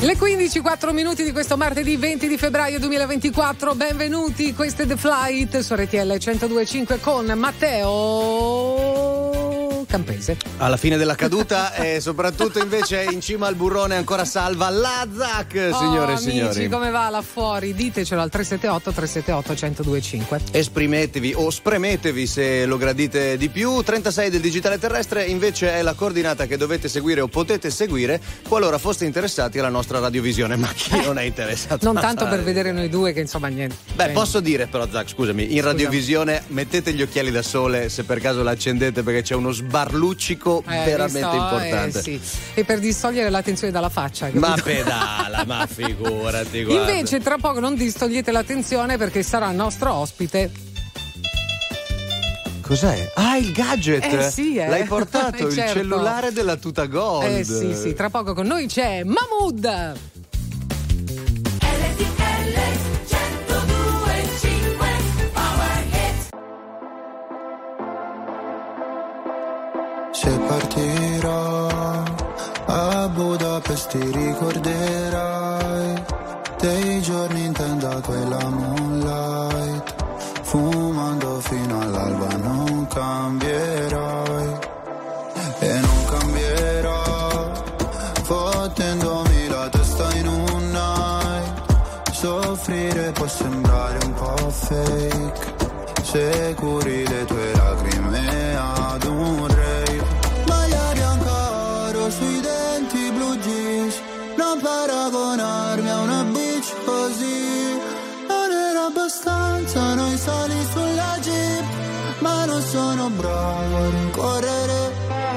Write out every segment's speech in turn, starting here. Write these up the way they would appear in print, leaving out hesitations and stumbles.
Le 15, 4 minuti di questo martedì 20 di febbraio 2024. Benvenuti, questo è The Flight su RTL 102.5 con Matteo Campese. Alla fine della caduta e soprattutto invece in cima al burrone ancora salva la Zac, signore e signori. Amici, come va là fuori? Ditecelo al 378-378-1025. Esprimetevi o spremetevi se lo gradite di più. 36 del digitale terrestre invece è la coordinata che dovete seguire o potete seguire qualora foste interessati alla nostra radiovisione. Ma chi non è interessato? Non tanto per vedere noi due, che insomma niente. Beh, posso dire però, Zac, scusami, in radiovisione mettete gli occhiali da sole se per caso l'accendete, perché c'è uno sbarluccico veramente importante. Sì. E per distogliere l'attenzione dalla faccia. Capito? Ma pedala, ma figurati, guarda. Invece tra poco non distogliete l'attenzione perché sarà il nostro ospite. Cos'è? Ah, il gadget! Sì, L'hai portato, certo. Il cellulare della Tuta Gold. Sì, tra poco con noi c'è Mahmood. Se partirò a Budapest ti ricorderai dei giorni in tenda quella moonlight, fumando fino all'alba. Non cambierai e non cambierò, fottendomi la testa in un night. Soffrire può sembrare un po' fake se curi le tue lacrime ad un rave. Maglia bianca oro sui denti, blue jeans, non paragonarmi a una bitch così. Non era abbastanza noi sali sulla jeep, ma non sono bravo a rincorrere.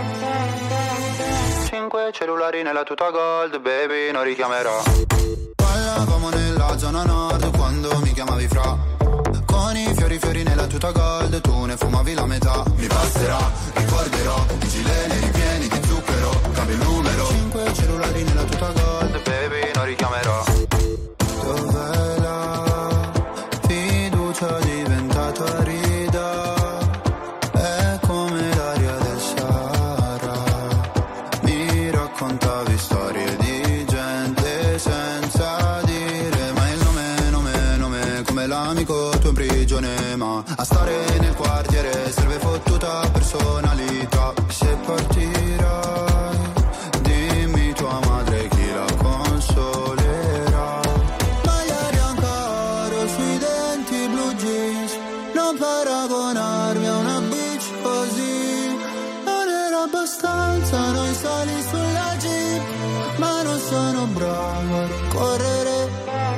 5 cellulari nella Tuta Gold, baby, non richiamerò. Parlavamo nella zona nord quando mi chiamavi fra. Con i fiori nella Tuta Gold, tu ne fumavi la metà. Mi passerà, ricorderò, i gileni ripieni di zucchero, cambio il numero. 5 cellulari nella Tuta Gold, baby, non richiamerò. Dov'è la fiducia diventata rida? È come l'aria del Sahara. Mi raccontavi storie di gente senza dire mai il nome, come l'amico tuo in prigione. Ma a stare nel quartiere serve fottuta personalità. Se partirai, dimmi tua madre chi la consolerà. Maglia bianca oro sui denti, blue jeans, non paragonarmi a una bitch così. Non era abbastanza noi sali sulla jeep, ma non sono bravo a correre.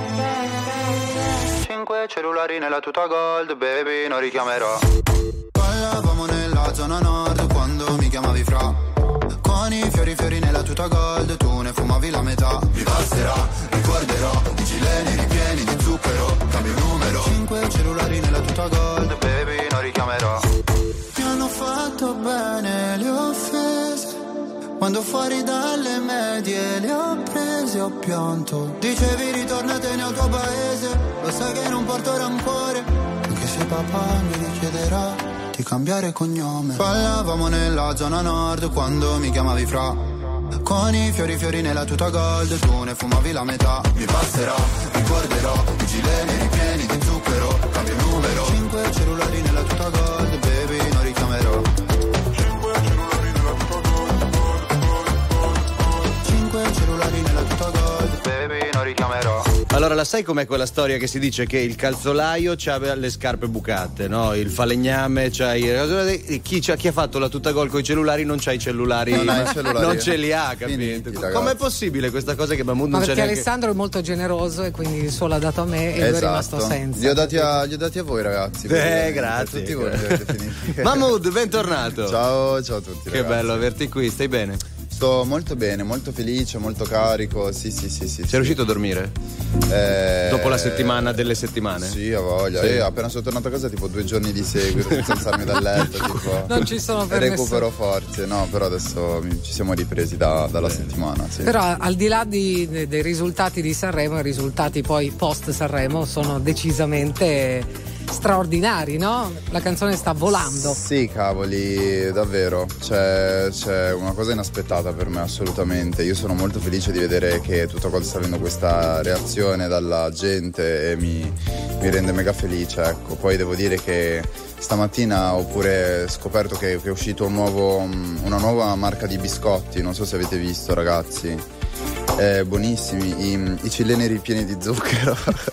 5 cellulari nella Tuta Gold, baby, non richiamerò. Parlavamo nella zona nord quando mi chiamavi fra. Con i fiori nella Tuta Gold, tu ne fumavi la metà. Mi passerà, ricorderò, i gileni ripieni di zucchero, cambio il numero. 5 cellulari nella Tuta Gold, baby, non richiamerò. Mi hanno fatto bene le offese, quando fuori dalle medie le ho prese, ho pianto. Dicevi ritornatene al tuo paese, lo sai che non porto rancore, anche se papà mi richiederà di cambiare cognome. Parlavamo nella zona nord quando mi chiamavi fra. Con i fiori nella Tuta Gold, tu ne fumavi la metà. Mi passerà, ricorderò, i gileni ripieni di zucchero, cambio il numero. 5 cellulari nella Tuta Gold, baby, non richiamerò. 5 cellulari nella Tuta Gold, baby, non richiamerò. Allora, la sai com'è quella storia che si dice che il calzolaio c'ha le scarpe bucate, no? Il falegname c'ha chi ha fatto la Tuta Gold con i cellulari non c'ha i cellulari. Non ha i cellulari. Non ce li ha, capito? Com'è possibile questa cosa che Mahmood non c'è perché neanche... Alessandro è molto generoso e quindi il suo l'ha dato a me e esatto. lui è rimasto senza. Li ho dati a voi, ragazzi. Grazie. Tutti voi li avete finiti. Mahmood, bentornato. Ciao a tutti. Che ragazzi. bello averti qui, stai bene? Sto molto bene, molto felice, molto carico. Sì. Sei riuscito a dormire? Dopo la settimana delle settimane? Sì, ho voglia. Sì. Appena sono tornato a casa tipo 2 giorni di seguito senza alzarmi dal letto, tipo. Non ci sono per recupero forze. No, però adesso ci siamo ripresi dalla settimana, sì. Però al di là dei risultati di Sanremo, i risultati poi post Sanremo sono decisamente straordinari, no? La canzone sta volando. Sì, cavoli, davvero. C'è una cosa inaspettata per me, assolutamente. Io sono molto felice di vedere che Tutto Gold sta avendo questa reazione dalla gente e mi rende mega felice, ecco. Poi devo dire che stamattina ho pure scoperto che è uscito una nuova marca di biscotti, non so se avete visto, ragazzi. Buonissimi, i cileni ripieni di zucchero.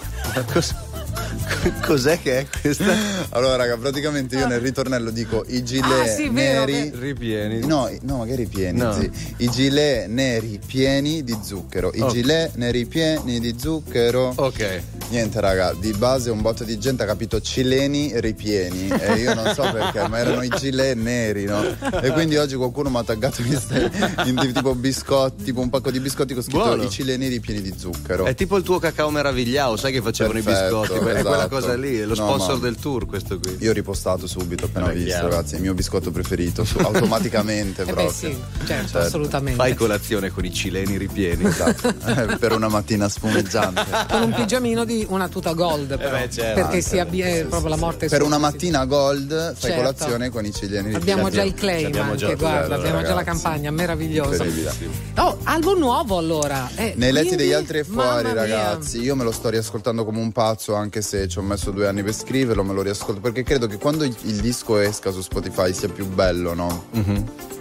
Cos'è che è questa? Allora, raga, praticamente io nel ritornello dico i gilet neri ripieni. No, magari pieni, no. Sì. I gilet neri pieni di zucchero. I gilet neri pieni di zucchero. Ok. Niente, raga, di base un botto di gente ha capito cileni ripieni e io non so perché, ma erano i gilet neri, no? E quindi oggi qualcuno mi ha taggato in tipo biscotti, tipo un pacco di biscotti con scritto Buono. I cileni ripieni di zucchero. È tipo il tuo cacao meravigliao, sai che facevano Perfetto, i biscotti? È esatto. quella cosa lì, è lo sponsor del tour, questo qui. Io ho ripostato subito appena visto, chiaro. ragazzi, il mio biscotto preferito, automaticamente proprio. Beh sì, certo, assolutamente. Fai colazione con i cileni ripieni. Esatto. Per una mattina spumeggiante. Con un pigiamino di una tuta gold, però, certo. perché si abbia proprio la morte. Per sua, una sì. mattina gold fai Certo. colazione con i cileni ripieni. Abbiamo già il claim abbiamo anche, già, guarda, abbiamo già la ragazzi. campagna, meravigliosa. Incredibile. Oh, album nuovo allora. Nei letti quindi, degli altri è fuori, mamma mia. ragazzi. Io me lo sto riascoltando come un pazzo, anche se ci ho messo 2 anni per scriverlo, me lo riascolto perché credo che quando il disco esca su Spotify sia più bello, no? Mm-hmm.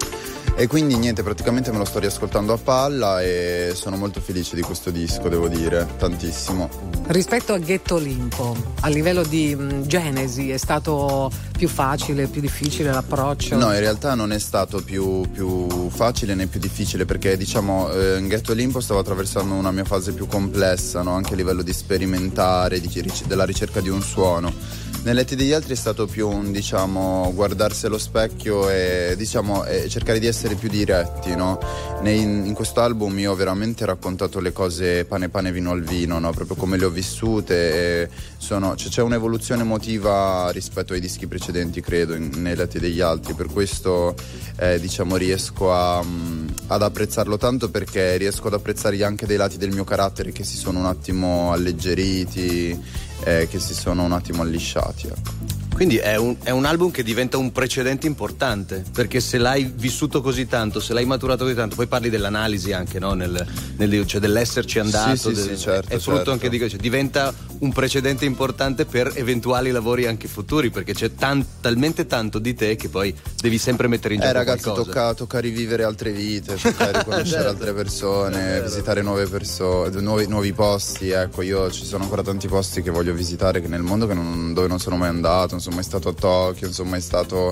E quindi niente, praticamente me lo sto riascoltando a palla e sono molto felice di questo disco, devo dire, tantissimo. Rispetto a Ghetto Olimpo, a livello di genesi, è stato più facile, più difficile l'approccio? No, in realtà non è stato più facile né più difficile perché diciamo in Ghetto Olimpo stavo attraversando una mia fase più complessa, no? Anche a livello di sperimentare, della ricerca di un suono. Nei letti degli altri è stato più un, diciamo, guardarsi allo specchio e diciamo cercare di essere più diretti, no? In questo album io ho veramente raccontato le cose pane pane vino al vino, no? Proprio come le ho vissute e c'è un'evoluzione emotiva rispetto ai dischi precedenti, credo, nei letti degli altri, per questo diciamo riesco ad apprezzarlo tanto perché riesco ad apprezzare anche dei lati del mio carattere che si sono un attimo alleggeriti, che si sono un attimo allisciati, ecco. Quindi è un album che diventa un precedente importante, perché se l'hai vissuto così tanto, se l'hai maturato così tanto, poi parli dell'analisi anche, no? Cioè dell'esserci andato, sì, certo, è frutto certo. anche di cioè, diventa un precedente importante per eventuali lavori anche futuri, perché c'è talmente tanto di te che poi devi sempre mettere in gioco ragazzi, qualcosa. tocca rivivere altre vite, tocca riconoscere altre persone, visitare nuove persone, nuovi posti, ecco. Io ci sono ancora tanti posti che voglio visitare che nel mondo dove non sono mai andato, non sono mai stato a Tokyo, non sono mai stato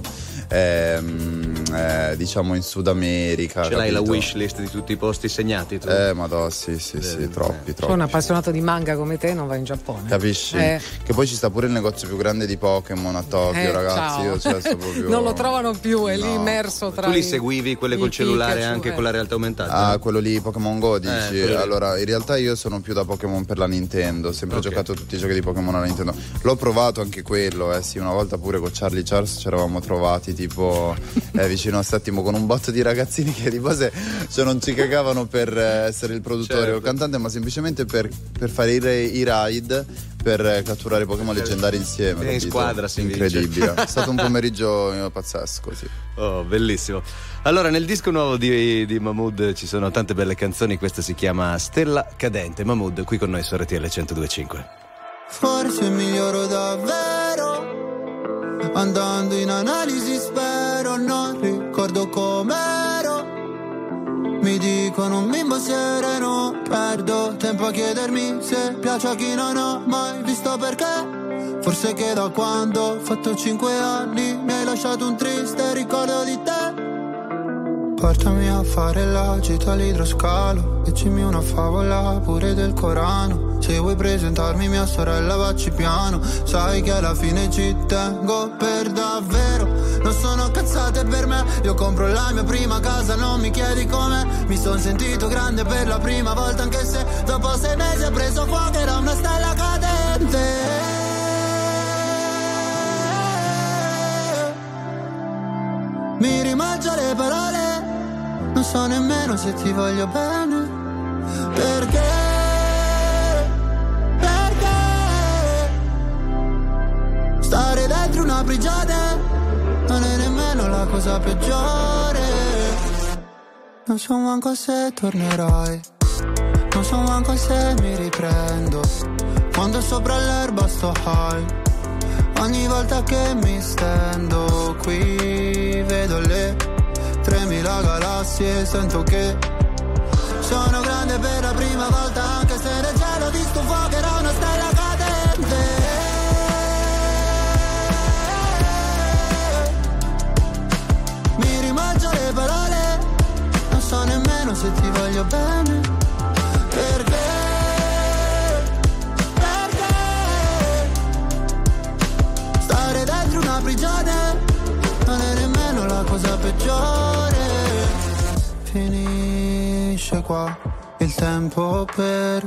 diciamo in Sud America. Ce l'hai la wish list di tutti i posti segnati tu? Madò, sì, troppi. C'è un appassionato di manga come te, non va in Giappone. Capisci? Che poi ci sta pure il negozio più grande di Pokémon a Tokyo, ragazzi. Ciao. Io sto proprio... Non lo trovano più, è lì immerso tra tu li seguivi quelle col cellulare Pikachu, anche con la realtà aumentata? Ah, quello lì, Pokémon Go, dici? Allora, in realtà io sono più da Pokémon per la Nintendo, ho sempre giocato tutti i giochi di Pokémon alla Nintendo. L'ho provato anche quello, sì, una volta pure con Charlie Charles ci eravamo trovati tipo vicino a Settimo con un botto di ragazzini che di base non ci cagavano per essere il produttore o il cantante, ma semplicemente per fare i raid per catturare Pokémon leggendari insieme. In squadra si incredibile. È stato un pomeriggio pazzesco, sì. Oh, bellissimo. Allora, nel disco nuovo di Mahmood ci sono tante belle canzoni, questa si chiama Stella Cadente. Mahmood qui con noi su RTL 102.5. Forse miglioro davvero, andando in analisi spero, non ricordo com'ero. Mi dicono un bimbo sereno, perdo tempo a chiedermi se piace a chi non ho mai visto, perché forse che da quando ho fatto 5 anni mi hai lasciato un triste ricordo di te. Portami a fare la gita all'idroscalo, leggimi una favola pure del Corano. Se vuoi presentarmi mia sorella vacci piano, sai che alla fine ci tengo per davvero. Non sono cazzate per me, io compro la mia prima casa, non mi chiedi com'è. Mi son sentito grande per la prima volta, anche se dopo 6 mesi ho preso fuoco, era una stella cadente. Mi rimangia le parole, non so nemmeno se ti voglio bene. Perché dentro una prigione, non è nemmeno la cosa peggiore. Non so manco se tornerai, non so manco se mi riprendo. Quando sopra l'erba sto high, ogni volta che mi stendo qui vedo le 3000 galassie e sento che sono grande per la prima volta, anche se nel cielo di sto fuoco era una stella cadente. Mi rimangio le parole, non so nemmeno se ti voglio bene. Perché stare dentro una prigione non è nemmeno la cosa peggiore. Finisce qua il tempo per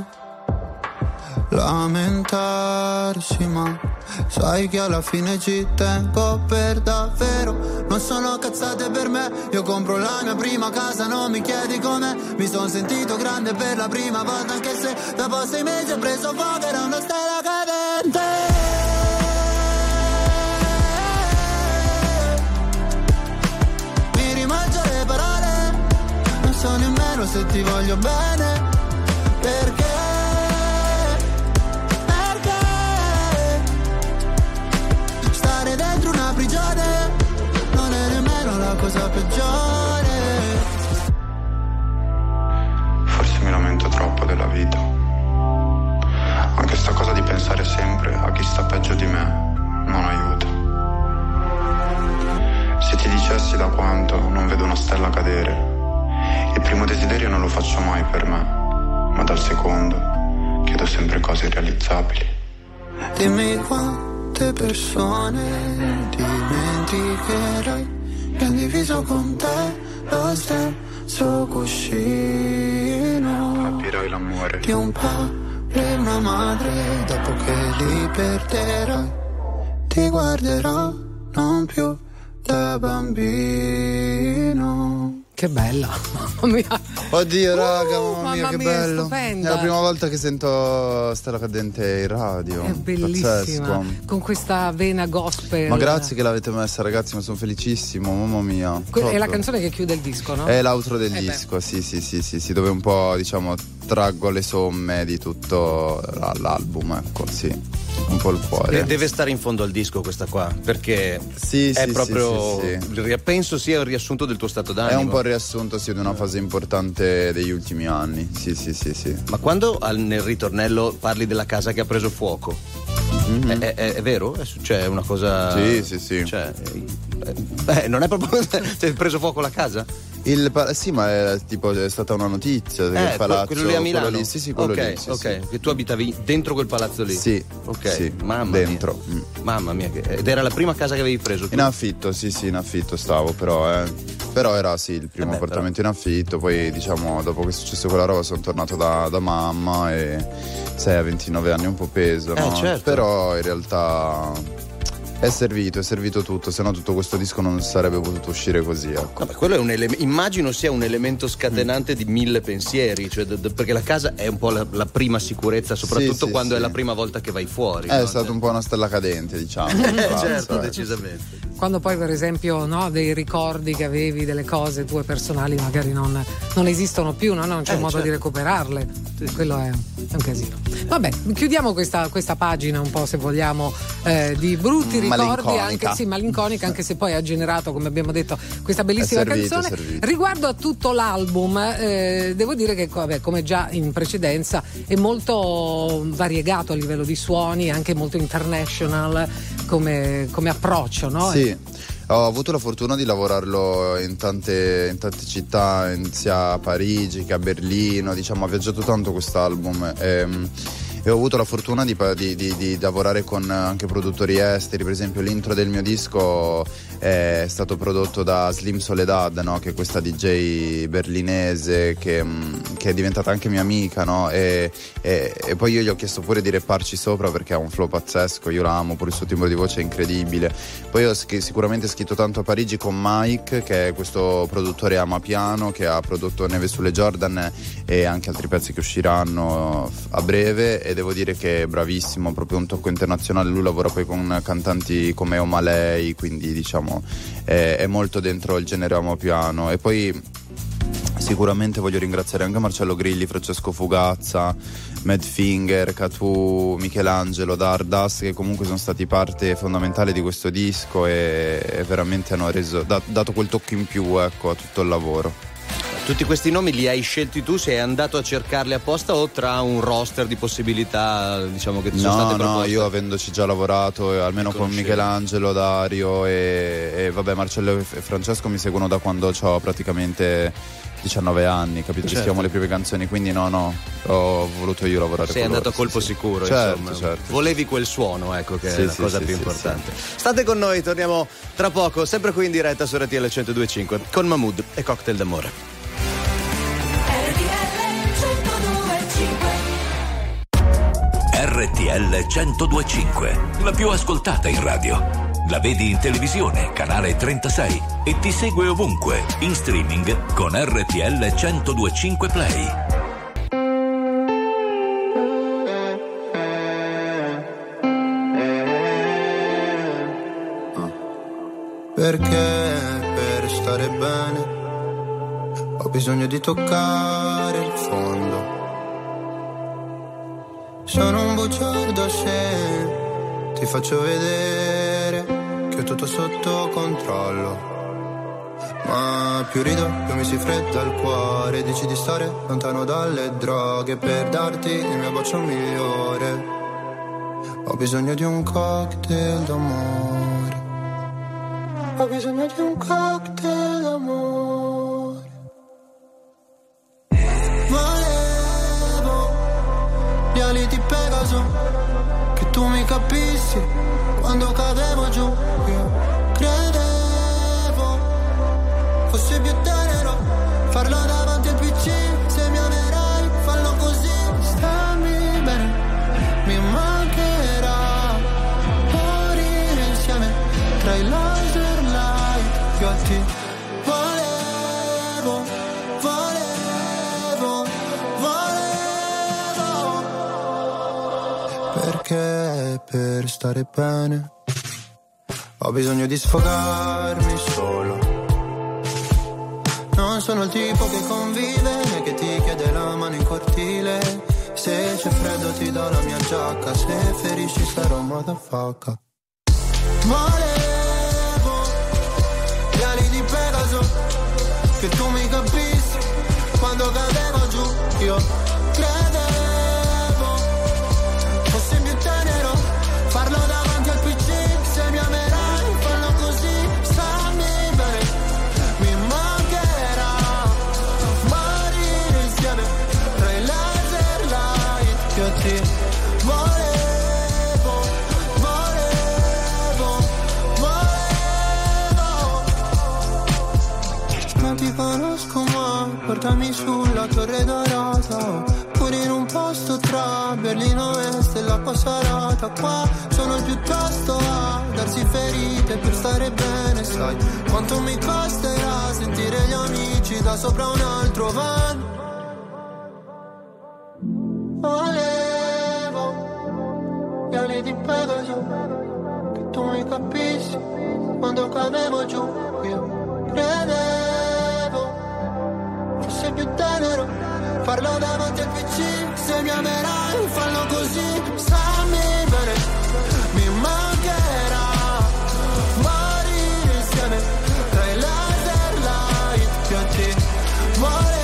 lamentarsi, ma sai che alla fine ci tengo per davvero. Non sono cazzate per me, io compro la mia prima casa, non mi chiedi com'è. Mi sono sentito grande per la prima volta, anche se dopo 6 mesi ho preso fuoco, era una stella cadente. Non so nemmeno se ti voglio bene. Perché stare dentro una prigione non è nemmeno la cosa peggiore. Forse mi lamento troppo della vita, anche sta cosa di pensare sempre a chi sta peggio di me non aiuta. Se ti dicessi da quanto non vedo una stella cadere, il primo desiderio non lo faccio mai per me, ma dal secondo chiedo sempre cose irrealizzabili. Dimmi quante persone dimenticherai che hanno diviso con te lo stesso cuscino. Capirai l'amore Di un padre e una madre, dopo che li perderai ti guarderò non più da bambino. Che bella, mamma mia. Oddio, raga, mamma mia, che bello. Stupenda. È la prima volta che sento Stella Cadente in radio. È bellissima. Pazzesco. Con questa vena gospel. Ma grazie che l'avete messa, ragazzi, ma sono felicissimo, mamma mia. È la canzone che chiude il disco, no? È l'outro del disco, sì, dove un po', diciamo, traggo le somme di tutto l'album, ecco, sì. Un po' il cuore. Deve stare in fondo al disco questa qua, perché sì, è proprio sì. Penso sia il riassunto del tuo stato d'animo. È un po' il riassunto, sì, di una fase importante degli ultimi anni. Sì. Ma quando nel ritornello parli della casa che ha preso fuoco, è vero? È una cosa. Sì. Cioè, non è proprio. Cioè, preso fuoco la casa? Sì, ma è stata una notizia del palazzo. Quello lì a Milano? Quello lì, sì, quello lì. Ok, che tu abitavi dentro quel palazzo lì? Sì. Ok, sì, mamma dentro. Mia. Mamma mia, ed era la prima casa che avevi preso tu? In affitto, sì, in affitto stavo, però era sì il primo appartamento in affitto. Poi, diciamo, dopo che è successo quella roba sono tornato da mamma e sei a 29 anni un po' peso, no? Certo. Però in realtà è servito tutto, se no tutto questo disco non sarebbe potuto uscire così, ecco. Vabbè, quello è immagino sia un elemento scatenante di 1000 pensieri, cioè perché la casa è un po' la prima sicurezza, soprattutto quando è la prima volta che vai fuori. È stato un po' una stella cadente, diciamo. Certo, decisamente. Quando poi per esempio dei ricordi che avevi, delle cose tue personali magari non esistono più, no? Non c'è modo di recuperarle. Quello è un casino. Vabbè, chiudiamo questa pagina un po', se vogliamo, di brutti ricordi, anche malinconica, anche se poi ha generato, come abbiamo detto, questa bellissima canzone. Riguardo a tutto l'album, devo dire che come già in precedenza è molto variegato a livello di suoni, anche molto international come approccio, no? Sì. Ho avuto la fortuna di lavorarlo in tante città, sia a Parigi che a Berlino, diciamo, ha viaggiato tanto quest'album e ho avuto la fortuna di lavorare con anche produttori esteri. Per esempio l'intro del mio disco è stato prodotto da Slim Soledad, no? Che è questa DJ berlinese che è diventata anche mia amica, no? E poi io gli ho chiesto pure di rapparci sopra perché ha un flow pazzesco, io la amo, pure il suo timbro di voce è incredibile. Poi ho sicuramente scritto tanto a Parigi con Mike, che è questo produttore amapiano che ha prodotto Neve sulle Jordan e anche altri pezzi che usciranno a breve, e devo dire che è bravissimo, proprio un tocco internazionale. Lui lavora poi con cantanti come Omalei, quindi diciamo è molto dentro il genere amapiano. E poi sicuramente voglio ringraziare anche Marcello Grilli, Francesco Fugazza, Madfinger, Catu, Michelangelo, Dardas, che comunque sono stati parte fondamentale di questo disco e veramente hanno dato quel tocco in più, ecco, a tutto il lavoro. Tutti questi nomi li hai scelti tu? Sei andato a cercarli apposta o tra un roster di possibilità, diciamo, che ti sono state proposte? No, io avendoci già lavorato, almeno con Michelangelo, Dario e vabbè, Marcello e Francesco mi seguono da quando ho praticamente 19 anni, capito? Certo. Che scriviamo le prime canzoni, quindi no, ho voluto io lavorare. Sei andato a colpo sicuro, certo, insomma. Certo. Volevi quel suono, ecco, che è la cosa più importante. Sì. State con noi, torniamo tra poco, sempre qui in diretta su RTL 102.5 con Mahmood e Cocktail d'amore. RTL 102.5, la più ascoltata in radio. La vedi in televisione, canale 36, e ti segue ovunque, in streaming con RTL 102.5 Play. Perché per stare bene ho bisogno di toccare il fondo. Sono un bugiardo se ti faccio vedere che ho tutto sotto controllo. Ma più rido, più mi si fredda il cuore. Dici di stare lontano dalle droghe per darti il mio bacio migliore. Ho bisogno di un cocktail d'amore. Ho bisogno di un cocktail d'amore. Volevo gli ali di Pegaso, che tu mi capissi quando cadevo giù. Io credevo fosse più tenero farlo davanti al PC. Se mi amerai, fallo così. Stammi bene, mi mancherà morire insieme tra i laser light. Io a te volevo. Perché per stare bene ho bisogno di sfogarmi solo. Non sono il tipo che convive né che ti chiede la mano in cortile. Se c'è freddo ti do la mia giacca, se ferisci sarò motherfucker. Volevo gli ali di Pegaso, che tu mi capissi quando cadevo giù. Io credevo fosse più tenero farlo davanti al PC. Se mi amerai, fallo così. Stammi bene, mi mancherà morire insieme tra i laser light. Io ti volevo. Non ti conosco ma portami sulla Torre Dorata, pure in un posto tra Berlino Est e la Passarata. Qua sono piuttosto a darsi ferite per stare bene. Sai quanto mi costerà sentire gli amici da sopra un altro van. Volevo gli ali di Pegaso, che tu mi capissi quando cadevo giù. Io credevo fosse più tenero farlo davanti al PC. Se mi amerai, fallo così. Stammi bene, mi mancherà morire insieme tra i laser light. Io ti volevo.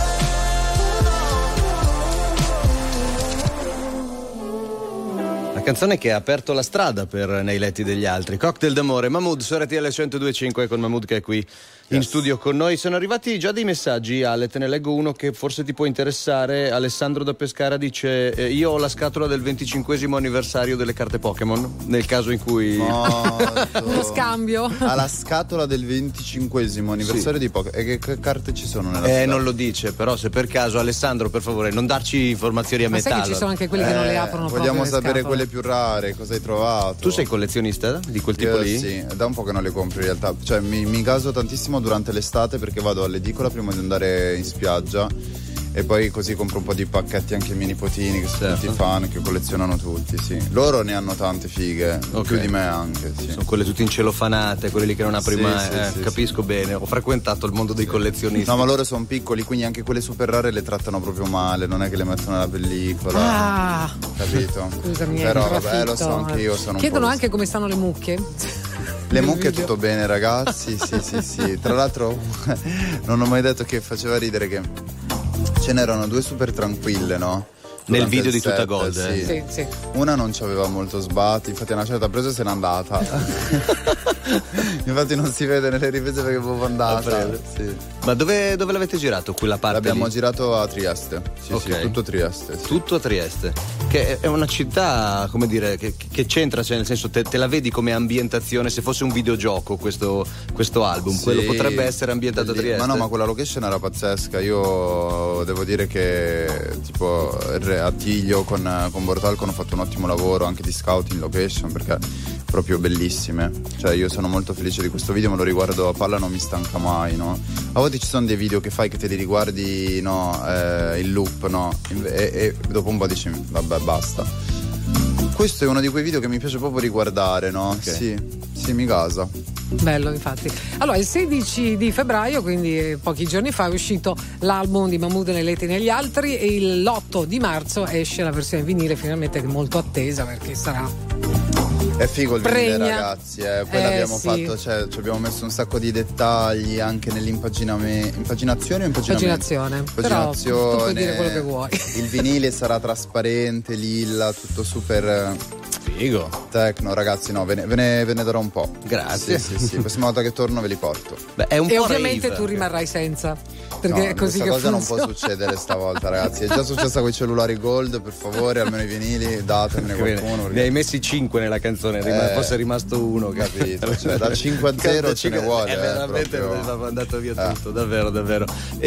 La canzone che ha aperto la strada per Nei letti degli altri. Cocktail d'amore, Mahmood su RTL 102.5 con Mahmood che è qui in studio con noi. Sono arrivati già dei messaggi, Ale, te ne leggo uno che forse ti può interessare. Alessandro da Pescara dice io ho la scatola del 25esimo anniversario delle carte Pokémon, nel caso in cui uno scambio. Ha la scatola del 25esimo anniversario di Pokémon. E che carte ci sono nella scatola? Non lo dice, però se per caso, Alessandro, per favore, non darci informazioni a ma metallo. sai che ci sono anche quelli che non le aprono vogliamo proprio sapere le quelle più rare, cosa hai trovato. Tu sei collezionista di quel tipo lì? Sì, da un po' che non le compro in realtà. Cioè mi gaso tantissimo durante l'estate perché vado all'edicola prima di andare in spiaggia e poi così compro un po' di pacchetti anche ai miei nipotini che sono tutti fan, che collezionano tutti, sì. Loro ne hanno tante fighe, più di me anche, sì. Sono quelle tutte incelofanate, quelle lì che non apri mai. Capisco bene, ho frequentato il mondo dei collezionisti. No, ma loro sono piccoli, quindi anche quelle super rare le trattano proprio male, non è che le mettono nella pellicola. Capito? Scusami, però vabbè, lo so, anche io sono chiedono un po' anche come stanno le mucche. Le mucche tutto bene, ragazzi, sì. Tra l'altro non ho mai detto che faceva ridere che ce n'erano due super tranquille, no? Nel video di Tutta Gold, Sì. Una non c'aveva molto sbatti, infatti a una certa presa se n'è andata. Infatti non si vede nelle riprese perché è proprio andata. Sì. Ma dove l'avete girato quella parte? L'abbiamo lì? girato a Trieste. Sì, tutto Trieste. Sì. Tutto a Trieste. Che è una città, come dire, che c'entra, cioè nel senso te la vedi come ambientazione, se fosse un videogioco questo album, sì, quello potrebbe essere ambientato a Trieste. Ma no, ma quella location era pazzesca. Io devo dire che tipo a Tiglio con Bortalco hanno fatto un ottimo lavoro anche di scouting location, perché proprio bellissime. Cioè io sono molto felice di questo video, me lo riguardo a palla, non mi stanca mai, no? A volte ci sono dei video che fai che te li riguardi, no, il loop, no? E dopo un po' dici vabbè basta. Questo è uno di quei video che mi piace proprio riguardare, no? Okay. Sì, mi gasa. Bello, infatti. Allora, il 16 di febbraio, quindi pochi giorni fa, è uscito l'album di Mahmood Nei letti negli altri e l'8 di marzo esce la versione vinile, finalmente, che è molto attesa perché sarà... È figo il vinile, ragazzi, poi l'abbiamo fatto, cioè ci abbiamo messo un sacco di dettagli anche nell'impaginazione o impaginazione? Però tu puoi dire quello che vuoi. Il vinile sarà trasparente, lilla, tutto super figo, tecno, ragazzi, no, ve ne darò un po'. Grazie. Sì. La prossima volta che torno ve li porto. Beh, è un e po' ovviamente rave, tu rimarrai senza, perché è così che cosa funziona. Non può succedere stavolta, ragazzi. È già successa con i cellulari Gold, per favore, almeno i vinili datemene qualcuno. Ne hai messi 5 nella canzone, fosse rimasto uno, capito? Cioè da 5 a 0 ce ne vuole. Veramente è andato via tutto, davvero.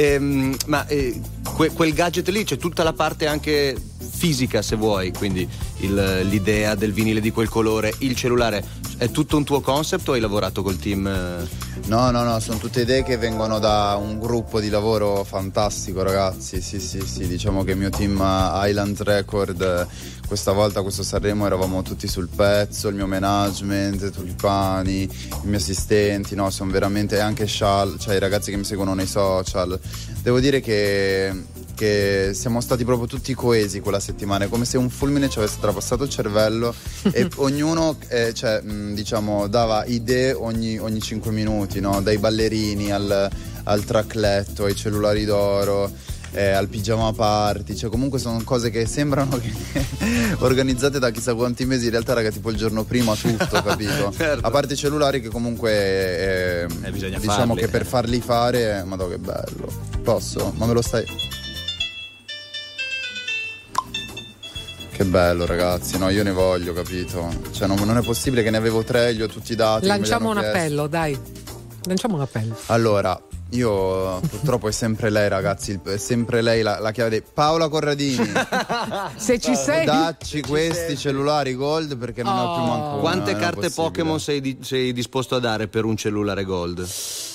Quel gadget lì c'è tutta la parte anche fisica, se vuoi, quindi l'idea del vinile di quel colore, il cellulare, è tutto un tuo concept o hai lavorato col team? No, sono tutte idee che vengono da un gruppo di lavoro fantastico, ragazzi. Sì, diciamo che il mio team Island Record questa volta, questo Sanremo, eravamo tutti sul pezzo, il mio management, Tulipani, i miei assistenti, no, sono veramente, anche Shal, cioè i ragazzi che mi seguono nei social. Devo dire che siamo stati proprio tutti coesi quella settimana, è come se un fulmine ci avesse trapassato il cervello e ognuno diciamo dava idee ogni 5 minuti, no? Dai ballerini al trackletto, ai cellulari d'oro, al pigiama party, cioè comunque sono cose che sembrano organizzate da chissà quanti mesi, in realtà raga tipo il giorno prima tutto, capito? Certo. A parte i cellulari che comunque bisogna diciamo farli, che per farli fare, madò che bello. Posso? Ma me lo stai... Che bello, ragazzi, no, io ne voglio, capito? Cioè non è possibile che ne avevo 3, li ho tutti dati. Lanciamo un appello, dai. Lanciamo un appello. Allora, io purtroppo è sempre lei, ragazzi, è sempre lei la chiave. Paola Corradini, se ci sei, dacci questi cellulari Gold perché non ne ho più manco una. Quante carte Pokémon sei disposto a dare per un cellulare Gold?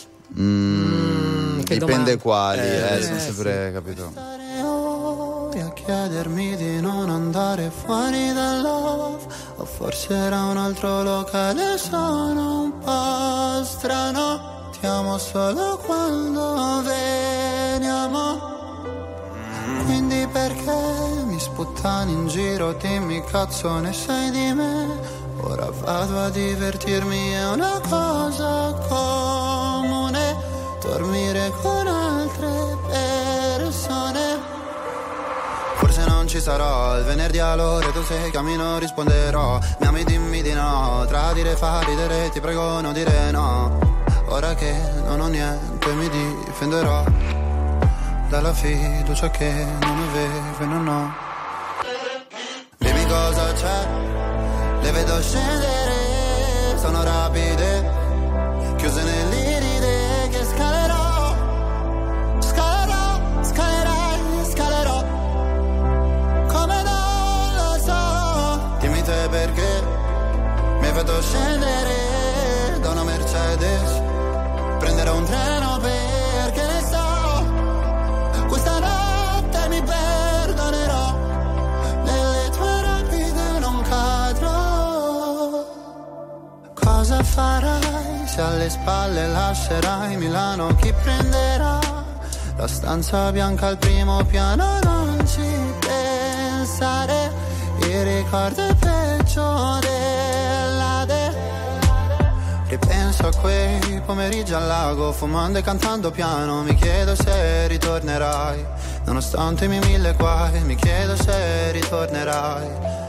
Dipende quali, sono sempre, capito? A chiedermi di non andare fuori dal love, o forse era un altro locale, sono un po' strano, ti amo solo quando veniamo, quindi perché mi sputtani in giro, dimmi cazzo ne sai di me, ora vado a divertirmi, è una cosa comune, dormire con altre persone. Forse non ci ci sarò. Il venerdì all'ora tu se chiami non risponderò. Mi ami dimmi di no. Tradire fa ridere, ti prego non dire no. Ora che non ho niente mi difenderò dalla fiducia che non avevo e non ho. Dimmi cosa c'è, le vedo scendere, sono rapide, chiuse nell'iride che scalerò, scalerò, scalerai, scalerò, come non lo so. Dimmi te perché mi vedo scendere da una Mercedes, prenderò un treno perché ne so, questa notte mi perdonerò, nelle tue rapide non cadrò. Cosa farai se alle spalle lascerai Milano? Chi prenderà la stanza bianca al primo piano? Non ci pensare, il ricordo è peggio dell'Ade. Ripenso a quei pomeriggi al lago, fumando e cantando piano. Mi chiedo se ritornerai, nonostante i miei 1000 guai. Mi chiedo se ritornerai,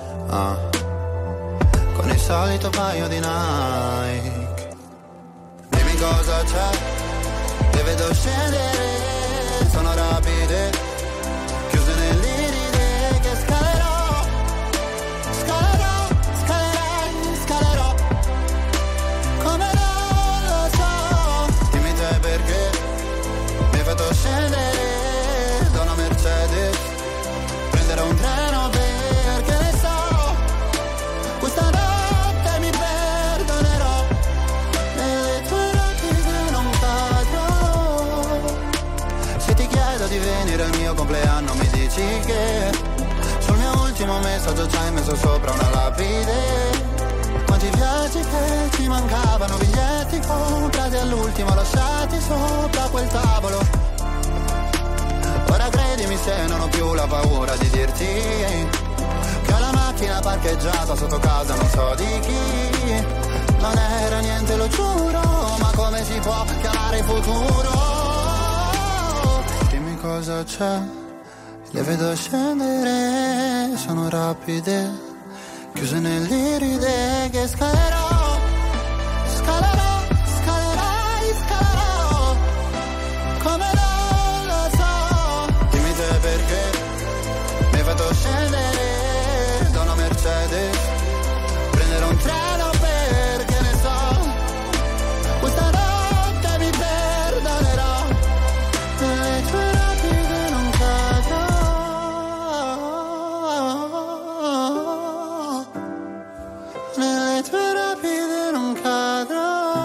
con il solito paio di Nike. Dimmi cosa c'è, le vedo scendere, sono rapide, chiuse nell'iride che scalerò, scalerò, scalerai, scalerò, come non lo so. Dimmi te perché mi vedo scendere da una Mercedes, prenderò un treno perché ne so, questa notte mi perdonerò, nelle tue rapide non cadrò. Se ti chiedo di venire al mio compleanno mi dici che sul mio ultimo messaggio ci hai messo sopra una lapide. Quanti viaggi che ci mancavano, biglietti comprati all'ultimo lasciati sopra quel tavolo. Ora credimi se non ho più la paura di dirti che ho la macchina parcheggiata sotto casa non so di chi. Non era niente lo giuro, ma come si può chiamare futuro? Dimmi cosa c'è, le vedo scendere, sono rapide, chiuse nell'iride che scalerò, scalerò, scalerai, scalerò, come non lo so. Dimmi te perché mi vedo scendere da una Mercedes, prenderò un treno perché ne so, questa notte mi perdonerò, nelle tue rapide non cadrò, nelle tue rapide non cadrò.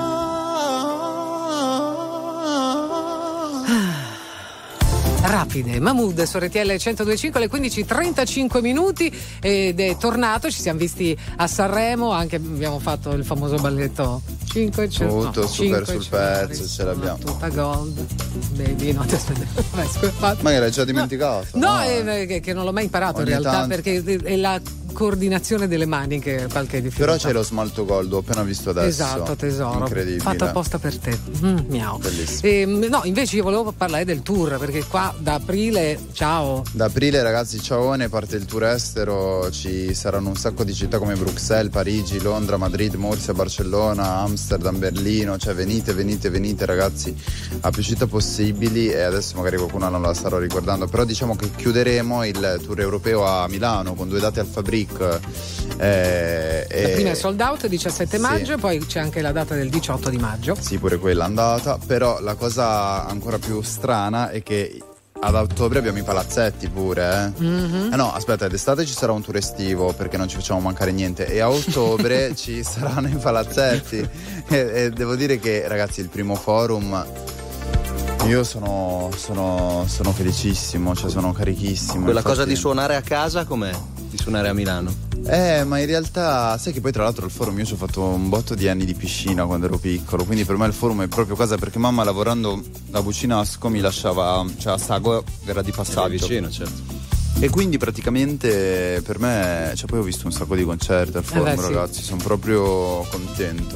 Rapide, Mahmood su RTL 102.5 alle 15:35 minuti ed è tornato, ci siamo visti a Sanremo, anche abbiamo fatto il famoso balletto 5 tutto super sul pezzo, ce l'abbiamo. Tutta gold, baby, no, ti aspetta. Ma era già dimenticato? No, che non l'ho mai imparato in realtà, tanto. perché è la coordinazione delle mani che è qualche difficoltà. Però c'è lo smalto gold, ho appena visto adesso. Esatto, tesoro. Incredibile. Fatto apposta per te. Miau. Bellissimo. No, invece io volevo parlare del tour, perché qua da aprile, ciao. Da aprile, ragazzi, ciaone, parte il tour estero, ci saranno un sacco di città come Bruxelles, Parigi, Londra, Madrid, Murcia, Barcellona, Amsterdam, Berlino, cioè venite ragazzi, a più città possibili, e adesso magari qualcuno non la starò ricordando, però diciamo che chiuderemo il tour europeo a Milano con 2 date al Fabric. La prima è sold out 17 maggio, sì. Poi c'è anche la data del 18 di maggio. Sì, pure quella è andata, però la cosa ancora più strana è che ad ottobre abbiamo i palazzetti pure, Mm-hmm. No, aspetta, d'estate ci sarà un tour estivo perché non ci facciamo mancare niente, e a ottobre ci saranno i palazzetti e devo dire che, ragazzi, il primo forum io sono felicissimo, cioè sono carichissimo. Quella cosa di suonare a casa com'è? Di suonare a Milano? Ma in realtà sai che poi tra l'altro al forum io ci ho fatto un botto di anni di piscina quando ero piccolo, quindi per me il forum è proprio casa, perché mamma lavorando da Bucinasco mi lasciava, cioè a Sago era di passaggio. Vicino, certo. E quindi praticamente per me, cioè poi ho visto un sacco di concerti al forum, sì. ragazzi, sono proprio contento.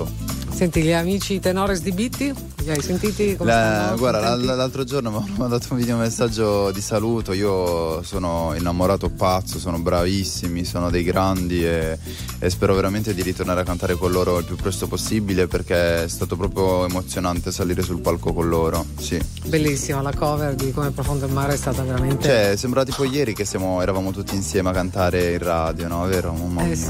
Senti, gli amici Tenores di Bitti, li hai sentiti? Guarda, l'altro giorno mi hanno mandato un videomessaggio di saluto. Io sono innamorato pazzo, sono bravissimi, sono dei grandi e spero veramente di ritornare a cantare con loro il più presto possibile, perché è stato proprio emozionante salire sul palco con loro. Sì. Bellissima la cover di Come profondo il mare, è stata veramente. Cioè, sembra tipo ieri che eravamo tutti insieme a cantare in radio, no? Vero? Mamma mia.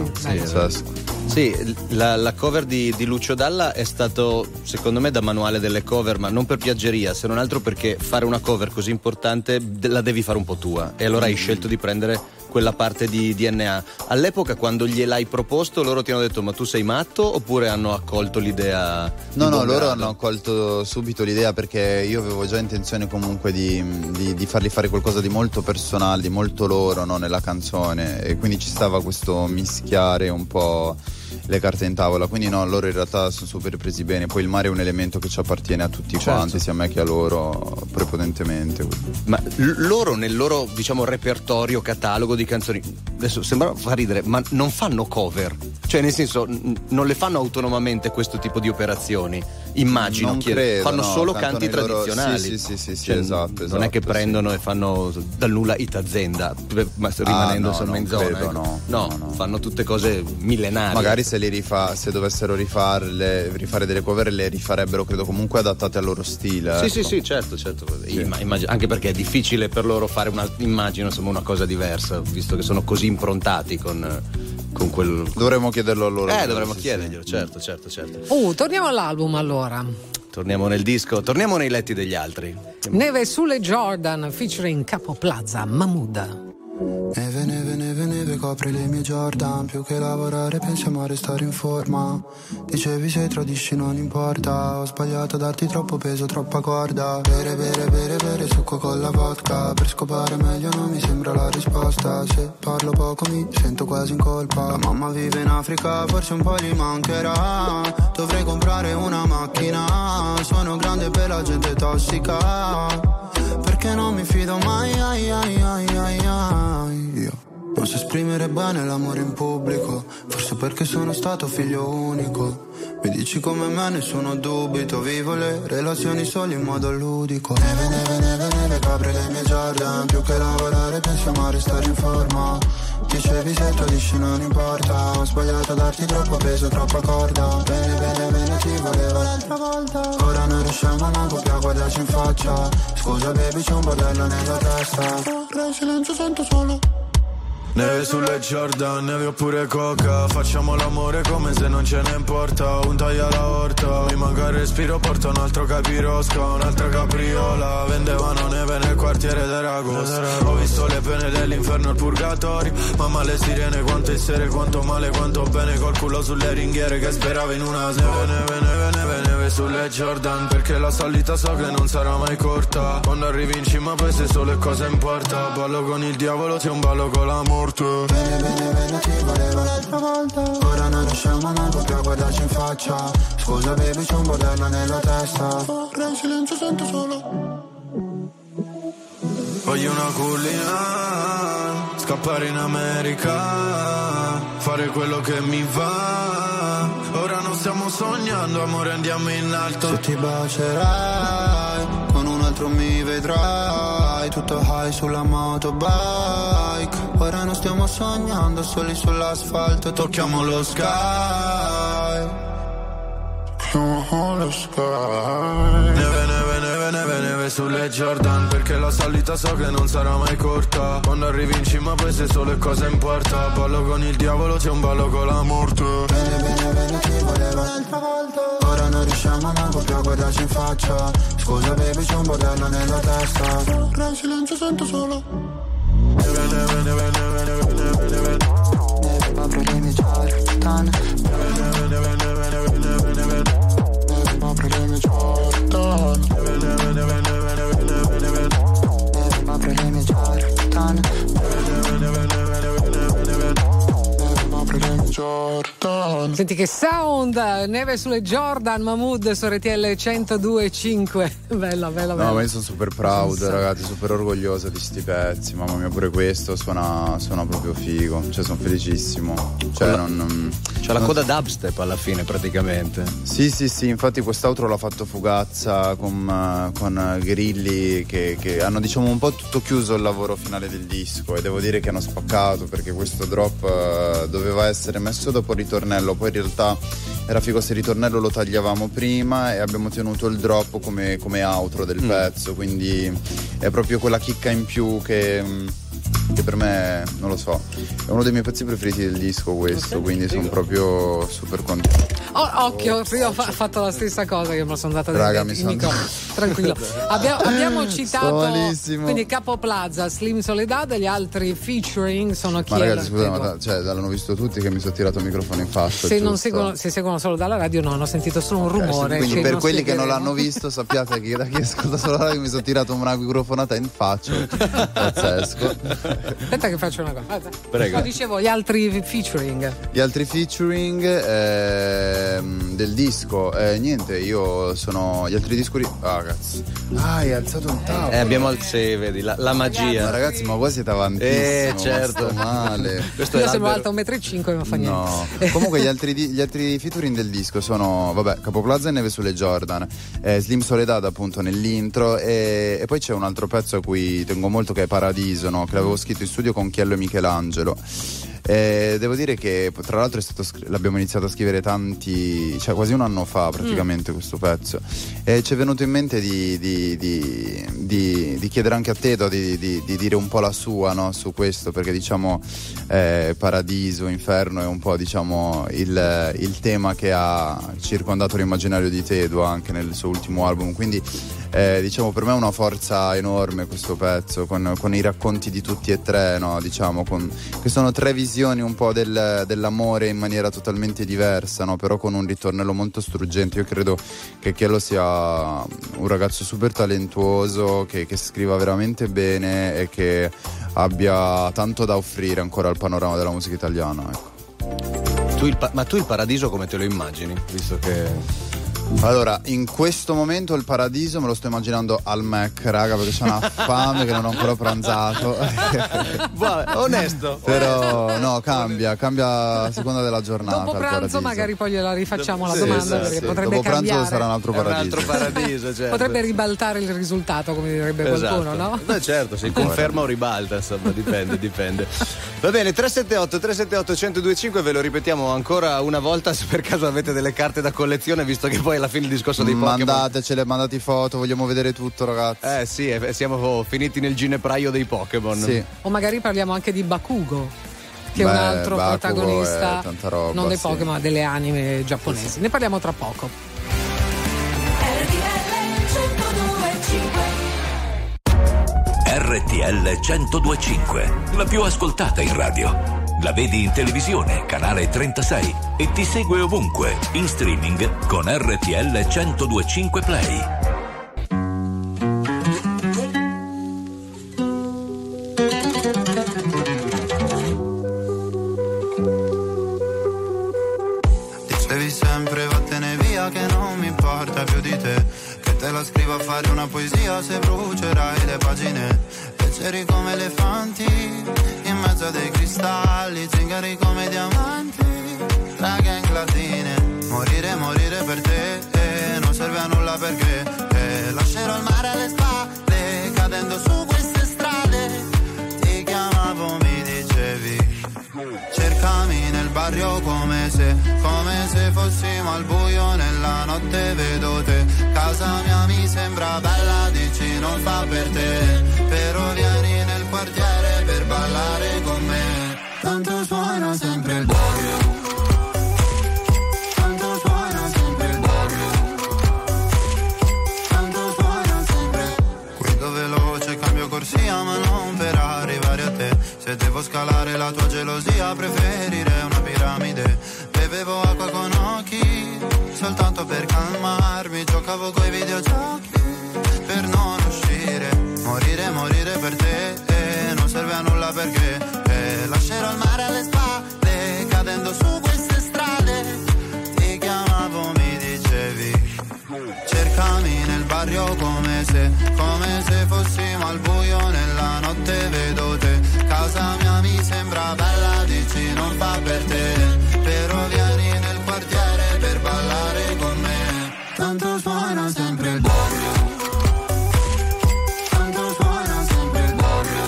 Sì, la cover di Lucio Dalla è stato, secondo me, da manuale delle cover, ma non per piaggeria, se non altro perché fare una cover così importante la devi fare un po' tua, e allora hai scelto di prendere quella parte di DNA. All'epoca, quando gliel'hai proposto, loro ti hanno detto: ma tu sei matto? Oppure hanno accolto l'idea? No, loro hanno accolto subito l'idea, perché io avevo già intenzione comunque di fargli fare qualcosa di molto personale, di molto loro, no, nella canzone, e quindi ci stava questo mischiare un po' le carte in tavola. Quindi no, loro in realtà sono super presi bene. Poi il mare è un elemento che ci appartiene a tutti quanti, sia a me che a loro, prepotentemente. Ma loro, nel loro, diciamo, repertorio, catalogo di canzoni, adesso sembra fa ridere, ma non fanno cover, cioè nel senso non le fanno autonomamente questo tipo di operazioni, immagino. Non credo, fanno solo canti Sì, tradizionali. cioè, esatto. Non è che prendono e fanno dal nulla Itazenda, rimanendo in zona. No, fanno tutte cose millenarie. Magari se dovessero rifare delle cover, le rifarebbero, credo, comunque adattate al loro stile. Sì, certo. Sì. Anche perché è difficile per loro fare una cosa diversa, visto che sono così improntati con quel. Dovremmo chiederlo a loro. Dovremmo chiederglielo, certo. Torniamo all'album allora. Torniamo nel disco, torniamo nei letti degli altri. Neve sulle Jordan featuring Capo Plaza, Mahmood. Neve copre le mie Jordan. Più che lavorare pensiamo a restare in forma. Dicevi se tradisci non importa. Ho sbagliato a darti troppo peso, troppa corda. Bere succo con la vodka. Per scopare meglio non mi sembra la risposta. Se parlo poco mi sento quasi in colpa. La mamma vive in Africa, forse un po' gli mancherà. Dovrei comprare una macchina. Sono grande per la gente tossica. Perché non mi fido mai, io non so esprimere bene l'amore in pubblico. Forse perché sono stato figlio unico. Mi dici come me, nessuno dubito. Vivo le relazioni solo in modo ludico. Neve copre le mie Jordan. Più che lavorare pensiamo a restare in forma. Dicevi se tradisci non importa. Ho sbagliato a darti troppo peso, troppa corda. Bene, ti volevo l'altra volta. Ora non riusciamo manco più a guardarci in faccia. Scusa baby, c'è un bordello nella testa. Ora in silenzio sento solo. Neve sulle Jordan, neve oppure coca. Facciamo l'amore come se non ce ne importa. Un taglio alla orta, mi manca il respiro. Porto un altro capirosca, un'altra capriola. Vendevano neve nel quartiere d'Aragos. Ho visto le pene dell'inferno al purgatorio. Mamma le sirene, quanto essere, quanto male, quanto bene. Col culo sulle ringhiere che speravo in una neve sulle Jordan. Perché la salita so che non sarà mai corta. Quando arrivi in cima poi se solo è cosa importa. Ballo con il diavolo, c'è un ballo con l'amore. Bene, ti volevo l'altra volta. Ora non riusciamo manco più a guardarci in faccia. Scusa baby, c'è un bordello nella testa. Ora in silenzio sento solo. Voglio una cullina, scappare in America, fare quello che mi va. Ora non stiamo sognando, amore, andiamo in alto. Se ti bacerai, con un altro mi vedrai. Tutto high sulla motobike. Ora non stiamo sognando, soli sull'asfalto. Tocchiamo lo sky. Tocchiamo lo sky. Neve sulle Jordan. Perché la salita so che non sarà mai corta. Quando arrivi in cima poi se solo è cosa importa. Ballo con il diavolo, c'è un ballo con la morte. Bene, ti volevo un'altra volta. Ora non riusciamo manco più a guardarci in faccia. Scusa baby, c'è un bordello nella testa. Ora in silenzio sento solo. Neve copre le mie Jordan. Neve copre le mie Jordan. Neve copre le mie Jordan. Senti che sound, neve sulle Jordan, Mahmood su RTL 102.5. Bella. No, ma io sono super proud, ragazzi, super orgogliosa di sti pezzi. Mamma mia, pure questo suona proprio figo. Cioè, sono felicissimo. Cioè, C'è la coda dubstep alla fine praticamente. Sì, infatti quest'altro l'ha fatto Fugazza con Grilli che hanno diciamo un po' tutto chiuso il lavoro finale del disco, e devo dire che hanno spaccato, perché questo drop doveva essere messo dopo il ritornello, poi in realtà era figo se il ritornello lo tagliavamo prima, e abbiamo tenuto il drop come outro del pezzo, quindi è proprio quella chicca in più che per me, non lo so, è uno dei miei pezzi preferiti del disco questo, quindi sono proprio super contento. Occhio, io ho fatto la stessa cosa, io me lo sono andata Raga, il microfono. Tranquillo. Abbiamo citato quindi Capo Plaza, Slim Soledad, e gli altri featuring sono chi? Ma ragazzi, scusa, l'hanno visto tutti che mi sono tirato il microfono in faccia. Se seguono solo dalla radio, no, hanno sentito solo un rumore. Quindi per quelli che non l'hanno visto, sappiate che da chi ascolta solo la radio mi sono tirato una microfonata in faccia. Pazzesco. Aspetta che faccio una cosa. Prego. No, dicevo gli altri featuring. Gli altri featuring del disco, niente, io sono gli altri dischi. Ah, cazzo. Hai alzato il tavolo. Abbiamo vedi la magia. Ma ragazzi, ma voi siete avantissimo. Certo. Male. Questo io sono alta 1,5 m, non fa niente. No. Comunque gli altri featuring del disco sono, Capo Plaza e Neve sulle Jordan, Slim Soledad appunto nell'intro, e poi c'è un altro pezzo a cui tengo molto, che è Paradiso, no? Che l'avevo scritto in studio con Chiello e Michelangelo. Devo dire che tra l'altro l'abbiamo iniziato a scrivere quasi un anno fa praticamente questo pezzo, e ci è venuto in mente di chiedere anche a Tedo di dire un po' la sua, no, su questo, perché diciamo Paradiso, Inferno è un po' diciamo il tema che ha circondato l'immaginario di Tedo anche nel suo ultimo album, quindi diciamo per me è una forza enorme questo pezzo, con i racconti di tutti e tre, no, diciamo che sono tre visioni un po' dell'amore in maniera totalmente diversa, no? Però con un ritornello molto struggente. Io credo che Chiello sia un ragazzo super talentuoso, che scriva veramente bene e che abbia tanto da offrire ancora al panorama della musica italiana, ecco. Ma tu il Paradiso come te lo immagini? Visto che... Allora, in questo momento il Paradiso me lo sto immaginando al Mac, raga, perché c'ho una fame che non ho ancora pranzato. Onesto. Però no, cambia a seconda della giornata. Dopo pranzo magari poi gliela rifacciamo la Sì, domanda, sì, perché sì. potrebbe Dopo cambiare. pranzo sarà un altro paradiso. Certo. Potrebbe ribaltare il risultato, come direbbe qualcuno, no? Beh, certo, si conferma o ribalta, insomma, dipende. Va bene, 378 1025, ve lo ripetiamo ancora una volta se per caso avete delle carte da collezione, visto che poi alla fine il discorso dei Pokémon. Mandatecele, mandate foto, vogliamo vedere tutto, ragazzi. Sì, siamo finiti nel ginepraio dei Pokémon. Sì. O magari parliamo anche di Bakugo, che è un altro Bakugo protagonista, è tanta roba, non dei sì. Pokémon, ma delle anime giapponesi. Ne parliamo tra poco. RTL 102.5, la più ascoltata in radio. La vedi in televisione, canale 36, e ti segue ovunque, in streaming con RTL 102.5 Play. Dicevi sempre vattene via che non mi importa più di te, che te la scrivo a fare una poesia se brucerai le pagine. Leggeri come elefanti in mezzo a dei cristalli, zingari come diamanti tra gang latine. Morire per te, non serve a nulla perché lascerò il mare alle spalle, cadendo su queste strade. Ti chiamavo, mi dicevi cercami nel barrio come se fossimo al buio nella notte, vedo te. Casa mia mi sembra bella, dici non fa per te, però vieni nel quartiere per ballare con me. Tanto suona sempre il barrio, tanto suona sempre il barrio, tanto suona sempre. Guido veloce, cambio corsia ma non per arrivare a te. Se devo scalare la tua gelosia preferirei una piramide. Bevevo acqua con occhi soltanto per calmarmi, giocavo coi videogiochi per non uscire. Morire per te, non serve a nulla perché lascerò il mare alle spalle, cadendo su queste strade. Ti chiamavo, mi dicevi cercami nel barrio come se fossimo al buio nella notte, vedo te. Casa mia mi sembra bella, dici non fa per te, però vieni tanto suona sempre il barrio. Tanto suona sempre il barrio.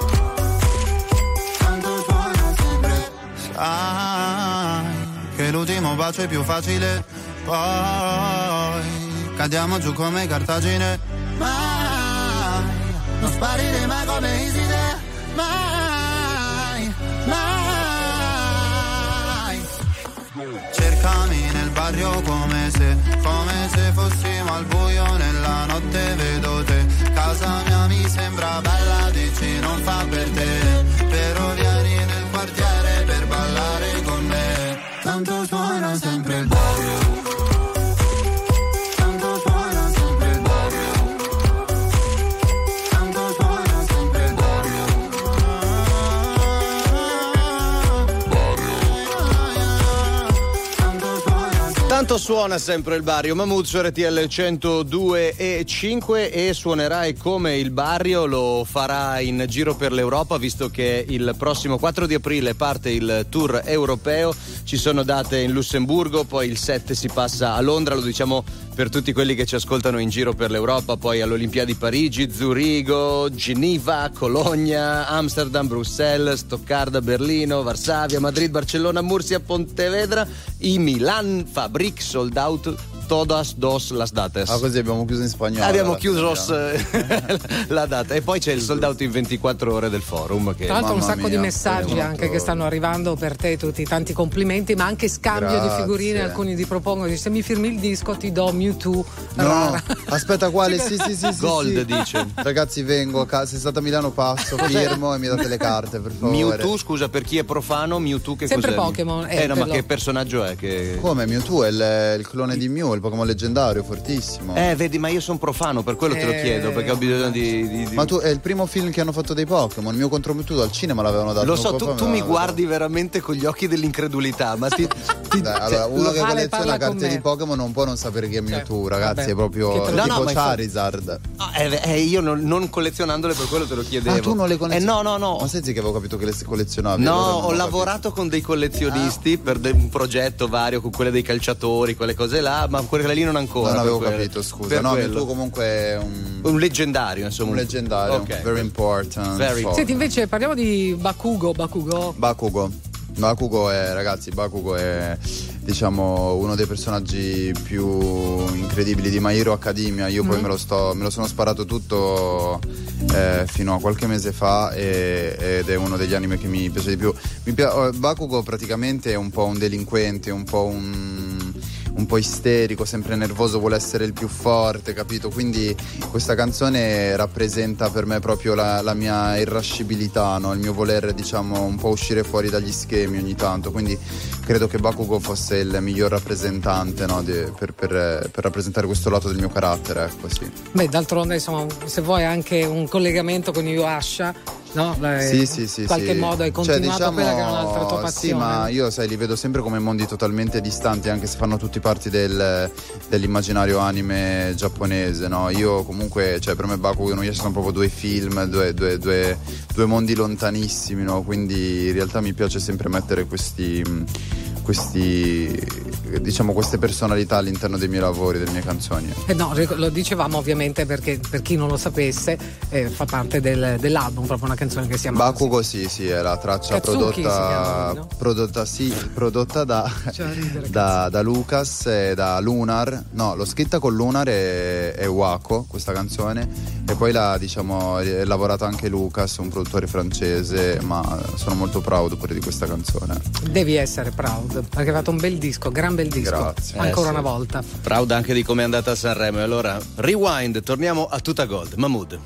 Tanto suona sempre. Sai che l'ultimo bacio è più facile, poi cadiamo giù come Cartagine. Mai, non sparire mai come Iside. Mai, mai. Cercami nel barrio come se fossimo al buio nella notte, vedo te. Casa mia mi sembra bella, dici non fa per te, però vieni nel quartiere per ballare con me. Tanto suona sempre il barrio. Tanto suona sempre il barrio. Tanto suona sempre il barrio. Tanto suona sempre il barrio. Mahmood su RTL 102.5 e suonerai come il barrio, lo farà in giro per l'Europa, visto che il prossimo 4 di aprile parte il tour europeo. Ci sono date in Lussemburgo, poi il 7 si passa a Londra, lo diciamo per tutti quelli che ci ascoltano in giro per l'Europa, poi all'Olimpiadi Parigi, Zurigo, Geneva, Cologna, Amsterdam, Bruxelles, Stoccarda, Berlino, Varsavia, Madrid, Barcellona, Murcia, Pontevedra, i Milan, Fabric, Sold Out, todas dos las dates. Ah, così abbiamo chiuso in spagnolo. Abbiamo chiuso la data. E poi c'è il sold out in 24 ore del forum. Che... Tra l'altro un Mamma sacco mia, di messaggi anche che stanno arrivando per te, tutti tanti complimenti, ma anche scambio Grazie. di figurine. Alcuni ti propongono, se mi firmi il disco ti do Mewtwo. No, aspetta, quale? Sì. Gold, sì. dice. Ragazzi, vengo, se state a Milano passo, firmo e mi date le carte, per favore. Mewtwo, scusa, per chi è profano, Mewtwo che sempre cos'è? Pokémon. No, ma che personaggio è? Che... Come? Mewtwo è il clone di Mew, il Pokémon leggendario, fortissimo. Vedi, ma io sono profano, per quello te lo chiedo, perché ho bisogno di... Ma tu, è il primo film che hanno fatto dei Pokémon, Mew contro Mewtwo al cinema l'avevano dato. Lo so, tu mi guardi veramente con gli occhi dell'incredulità, ma ti... Allora, uno che colleziona carte me. di Pokémon non può non sapere che è Mewtwo, ragazzi, vabbè. è proprio Che tipo ma Charizard. io non collezionandole, per quello te lo chiedevo. Ah, tu non le collezioni? No. Ma sai che avevo capito che le collezionavi? No, Allora non ho ho lavorato con dei collezionisti per un progetto vario, con quelle dei calciatori, quelle cose là, ma quelle lì non ancora. Non avevo per capito, scusa. per No, quello. tu comunque è un leggendario, insomma. un leggendario. Ok. Very important. Very. Senti, invece parliamo di Bakugo. No, Bakugo è diciamo uno dei personaggi più incredibili di My Hero Academia. Io poi me lo sono sparato tutto fino a qualche mese fa ed è uno degli anime che mi piace di più. Bakugo praticamente è un po' un delinquente, un po' isterico, sempre nervoso, vuole essere il più forte, capito? Quindi questa canzone rappresenta per me proprio la mia irascibilità, no? Il mio voler, diciamo, un po' uscire fuori dagli schemi ogni tanto. Quindi credo che Bakugo fosse il miglior rappresentante, no? per rappresentare questo lato del mio carattere, ecco, sì. Beh, d'altronde, insomma, se vuoi anche un collegamento con Yuasha, no? Sì. In qualche modo hai continuato, diciamo, quella che è un'altra tua passione. Sì, ma io, sai, li vedo sempre come mondi totalmente distanti, anche se fanno tutti parti dell'immaginario anime giapponese, no? Io comunque, cioè, per me Bakugo e Inuyasha sono proprio due film, due mondi lontanissimi, no? Quindi in realtà mi piace sempre mettere diciamo queste personalità all'interno dei miei lavori, delle mie canzoni. No, lo dicevamo ovviamente perché per chi non lo sapesse fa parte dell'album, proprio una canzone che si chiama Bakugo, sì, è la traccia Katsuki no? prodotta da Lucas e da Lunar. No, l'ho scritta con Lunar e Wako, questa canzone, e poi è lavorato anche Lucas, un produttore francese, ma sono molto proud pure di questa canzone. Devi essere proud perché hai fatto un bel disco, gran bel disco. Grazie. Ancora una volta. Proud anche di come è andata a Sanremo. E allora rewind, torniamo a Tutta Gold. Mahmood.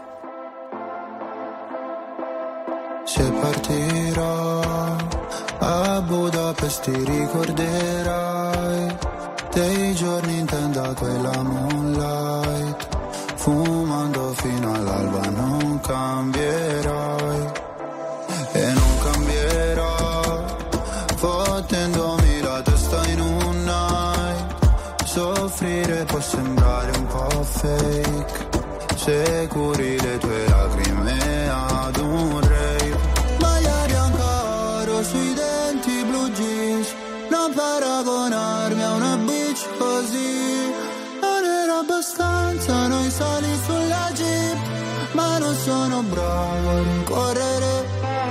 Se partirò a Budapest ti ricorderai dei giorni intendato e la moonlight, fumando fino all'alba non cambierai e non cambierò, fottendomi la testa in un night. Soffrire può sembrare un po' fake se curi le tue lacrime ad un rave. Magliari ancora sui denti blu jeans, non paragonarmi a una bitch così. sali sulla jeep, ma non sono bravo a rincorrere.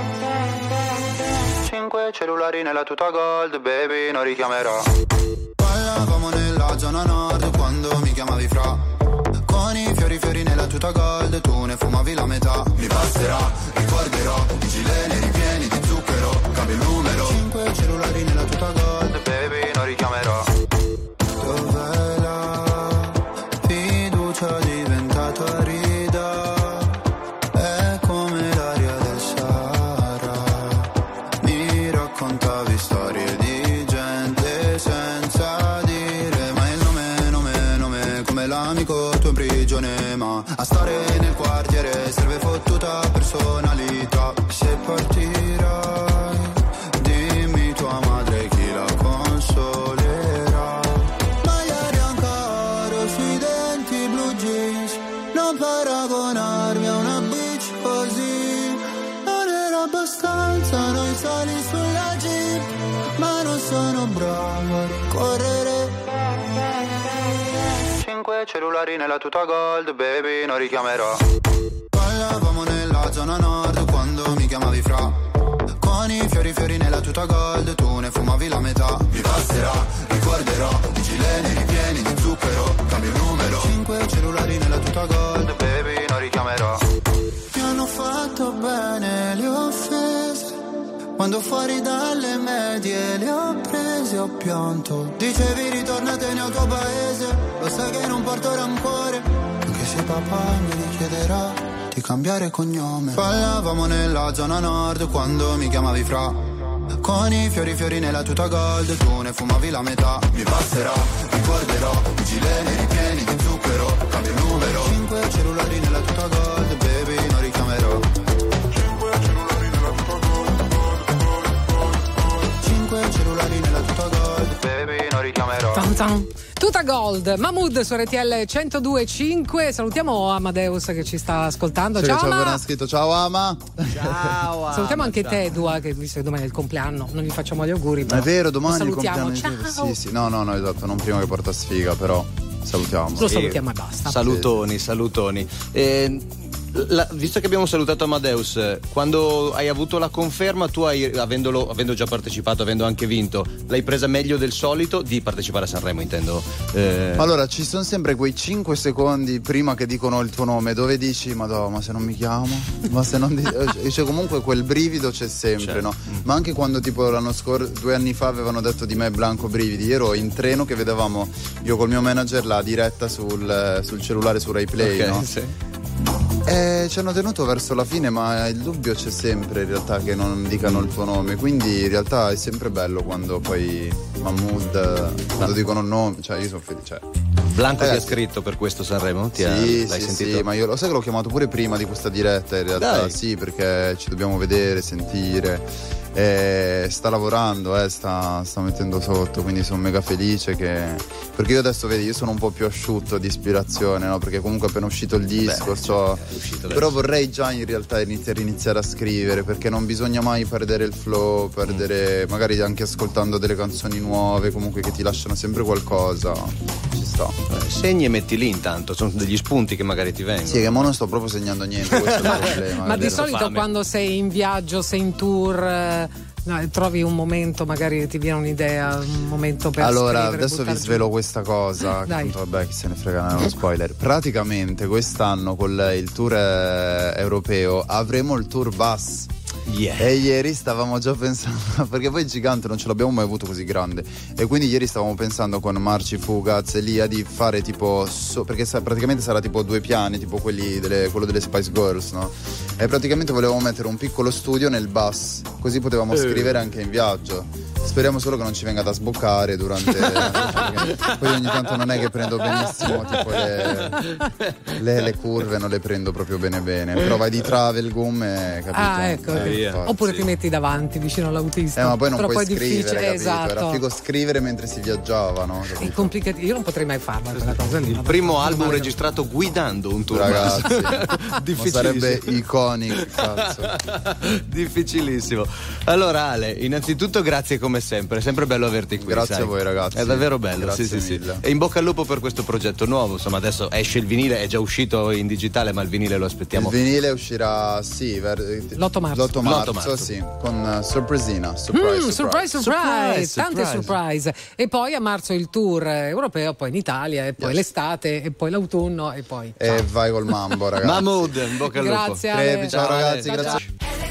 5 cellulari nella tuta gold, baby, non richiamerò. Parlavamo nella zona nord quando mi chiamavi fra. Con i fiori nella tuta gold, tu ne fumavi la metà. Mi passerà, ricorderò, i gileni ripieni di zucchero, cambio il numero. 5 cellulari nella tuta gold, baby, non richiamerò. Dov'è la fiducia diventata rida? È come l'aria del Sahara. Mi raccontavi storie di gente senza dire mai il nome, come l'amico tuo in prigione. Ma a stare nel quartiere serve fottuta personalità. Se partirai, dimmi tua madre chi la consolerà. Magliare ancora sui denti, blue jeans, non paragonarmi a una bitch così. Non era abbastanza, noi sali sulla jeep, ma non sono bravo a correre. 5 cellulari nella tuta gold, baby, non richiamerò. Parlavamo nella zona nord quando mi chiamavi fra. Con i fiori nella tuta gold, tu ne fumavi la metà. Mi passerà, ricorderò, i gileni ripieni di zucchero, cambio il numero. 5 cellulari nella tuta gold, baby, non richiamerò. Mi hanno fatto bene le offese, quando fuori dalle medie le ho prese, ho pianto. Dicevi ritornatene al tuo paese, lo sai che non porto rancore, anche se papà mi richiederà di cambiare cognome. Parlavamo nella zona nord quando mi chiamavi fra. Con i fiori nella tuta gold, tu ne fumavi la metà. Mi passerà, ricorderò, i gileni ripieni di zucchero, cambio il numero. 5 cellulari nella tuta gold, baby, non richiamerò. 5 cellulari nella tuta gold, baby, non richiamerò. Tuta Gold, Mahmood su RTL 102.5. Salutiamo Amadeus che ci sta ascoltando. Ciao, Ama. Scritto ciao Ama. Ciao. Ama. Salutiamo anche te, Dua, che visto che domani è il compleanno, non gli facciamo gli auguri. È vero, domani lo salutiamo. Il compleanno. Sì, no, esatto, non prima che porta sfiga, però salutiamo. Lo salutiamo e basta. Salutoni. Visto che abbiamo salutato Amadeus, quando hai avuto la conferma, tu avendo già partecipato, avendo anche vinto, l'hai presa meglio del solito di partecipare a Sanremo, intendo? Allora, ci sono sempre quei 5 secondi prima che dicono il tuo nome, dove dici, ma se non mi chiamo? Ma se non cioè, comunque quel brivido c'è sempre, certo. No? Ma anche quando tipo l'anno scorso, 2 anni fa, avevano detto di me Blanco brividi, io ero in treno che vedevamo io col mio manager la diretta sul cellulare su Rai Play, okay, no? Sì. Ci hanno tenuto verso la fine, ma il dubbio c'è sempre in realtà che non dicano il tuo nome, quindi in realtà è sempre bello quando poi Mahmood, quando dicono il nome, cioè io sono felice. Blanco ti ha scritto per questo Sanremo? L'hai sentito? Sì, ma io lo sai che l'ho chiamato pure prima di questa diretta in realtà. Dai. Sì, perché ci dobbiamo vedere, sentire. Sta lavorando, sta mettendo sotto, quindi sono mega felice perché io adesso vedi, io sono un po' più asciutto di ispirazione, no? Perché comunque appena uscito il disco, però vorrei già in realtà iniziare a scrivere, perché non bisogna mai perdere il flow, magari anche ascoltando delle canzoni nuove, comunque che ti lasciano sempre qualcosa. Ci sta. Segni e metti lì intanto, sono degli spunti che magari ti vengono. Sì, che mo non sto proprio segnando niente, questo è il problema. Ma di solito quando sei in viaggio, sei in tour, trovi un momento, magari ti viene un'idea, un momento per allora adesso vi svelo questa cosa. Tanto, vabbè, chi se ne frega, non è uno spoiler. Praticamente quest'anno con il tour europeo avremo il tour bus. Yeah. E ieri stavamo già pensando, perché poi il Gigante non ce l'abbiamo mai avuto così grande, e quindi ieri stavamo pensando con Marci, Fugaz e Lia di fare tipo perché praticamente sarà tipo 2 piani, tipo quello delle Spice Girls, no? E praticamente volevamo mettere un piccolo studio nel bus, così potevamo scrivere anche in viaggio. Speriamo solo che non ci venga da sboccare durante poi ogni tanto non è che prendo benissimo tipo le curve, non le prendo proprio bene, però vai di travel gum e capito? Ecco. Oppure ti metti davanti vicino all'autista, ma poi non però puoi poi scrivere, difficile, esatto. Era figo scrivere mentre si viaggiava, no? È complicato, io non potrei mai farla quella cosa lì. Il primo album registrato guidando un tour, ragazzi. Difficilissimo. Sarebbe iconico, cazzo. Difficilissimo. Allora Ale, innanzitutto grazie come come sempre, è sempre bello averti qui. Grazie sai. a voi ragazzi. È davvero bello, grazie sì. mille. E in bocca al lupo per questo progetto nuovo, insomma adesso esce il vinile, è già uscito in digitale, ma il vinile lo aspettiamo. Il vinile uscirà l'8 marzo. L'8 marzo, sì, con sorpresina. Surprise. Tante surprise. E poi a marzo il tour europeo, poi in Italia, e poi l'estate, e poi l'autunno, e poi. E vai col mambo, ragazzi. Mahmood, in bocca al lupo. Grazie. Ale. Ciao ragazzi, Ciao, grazie.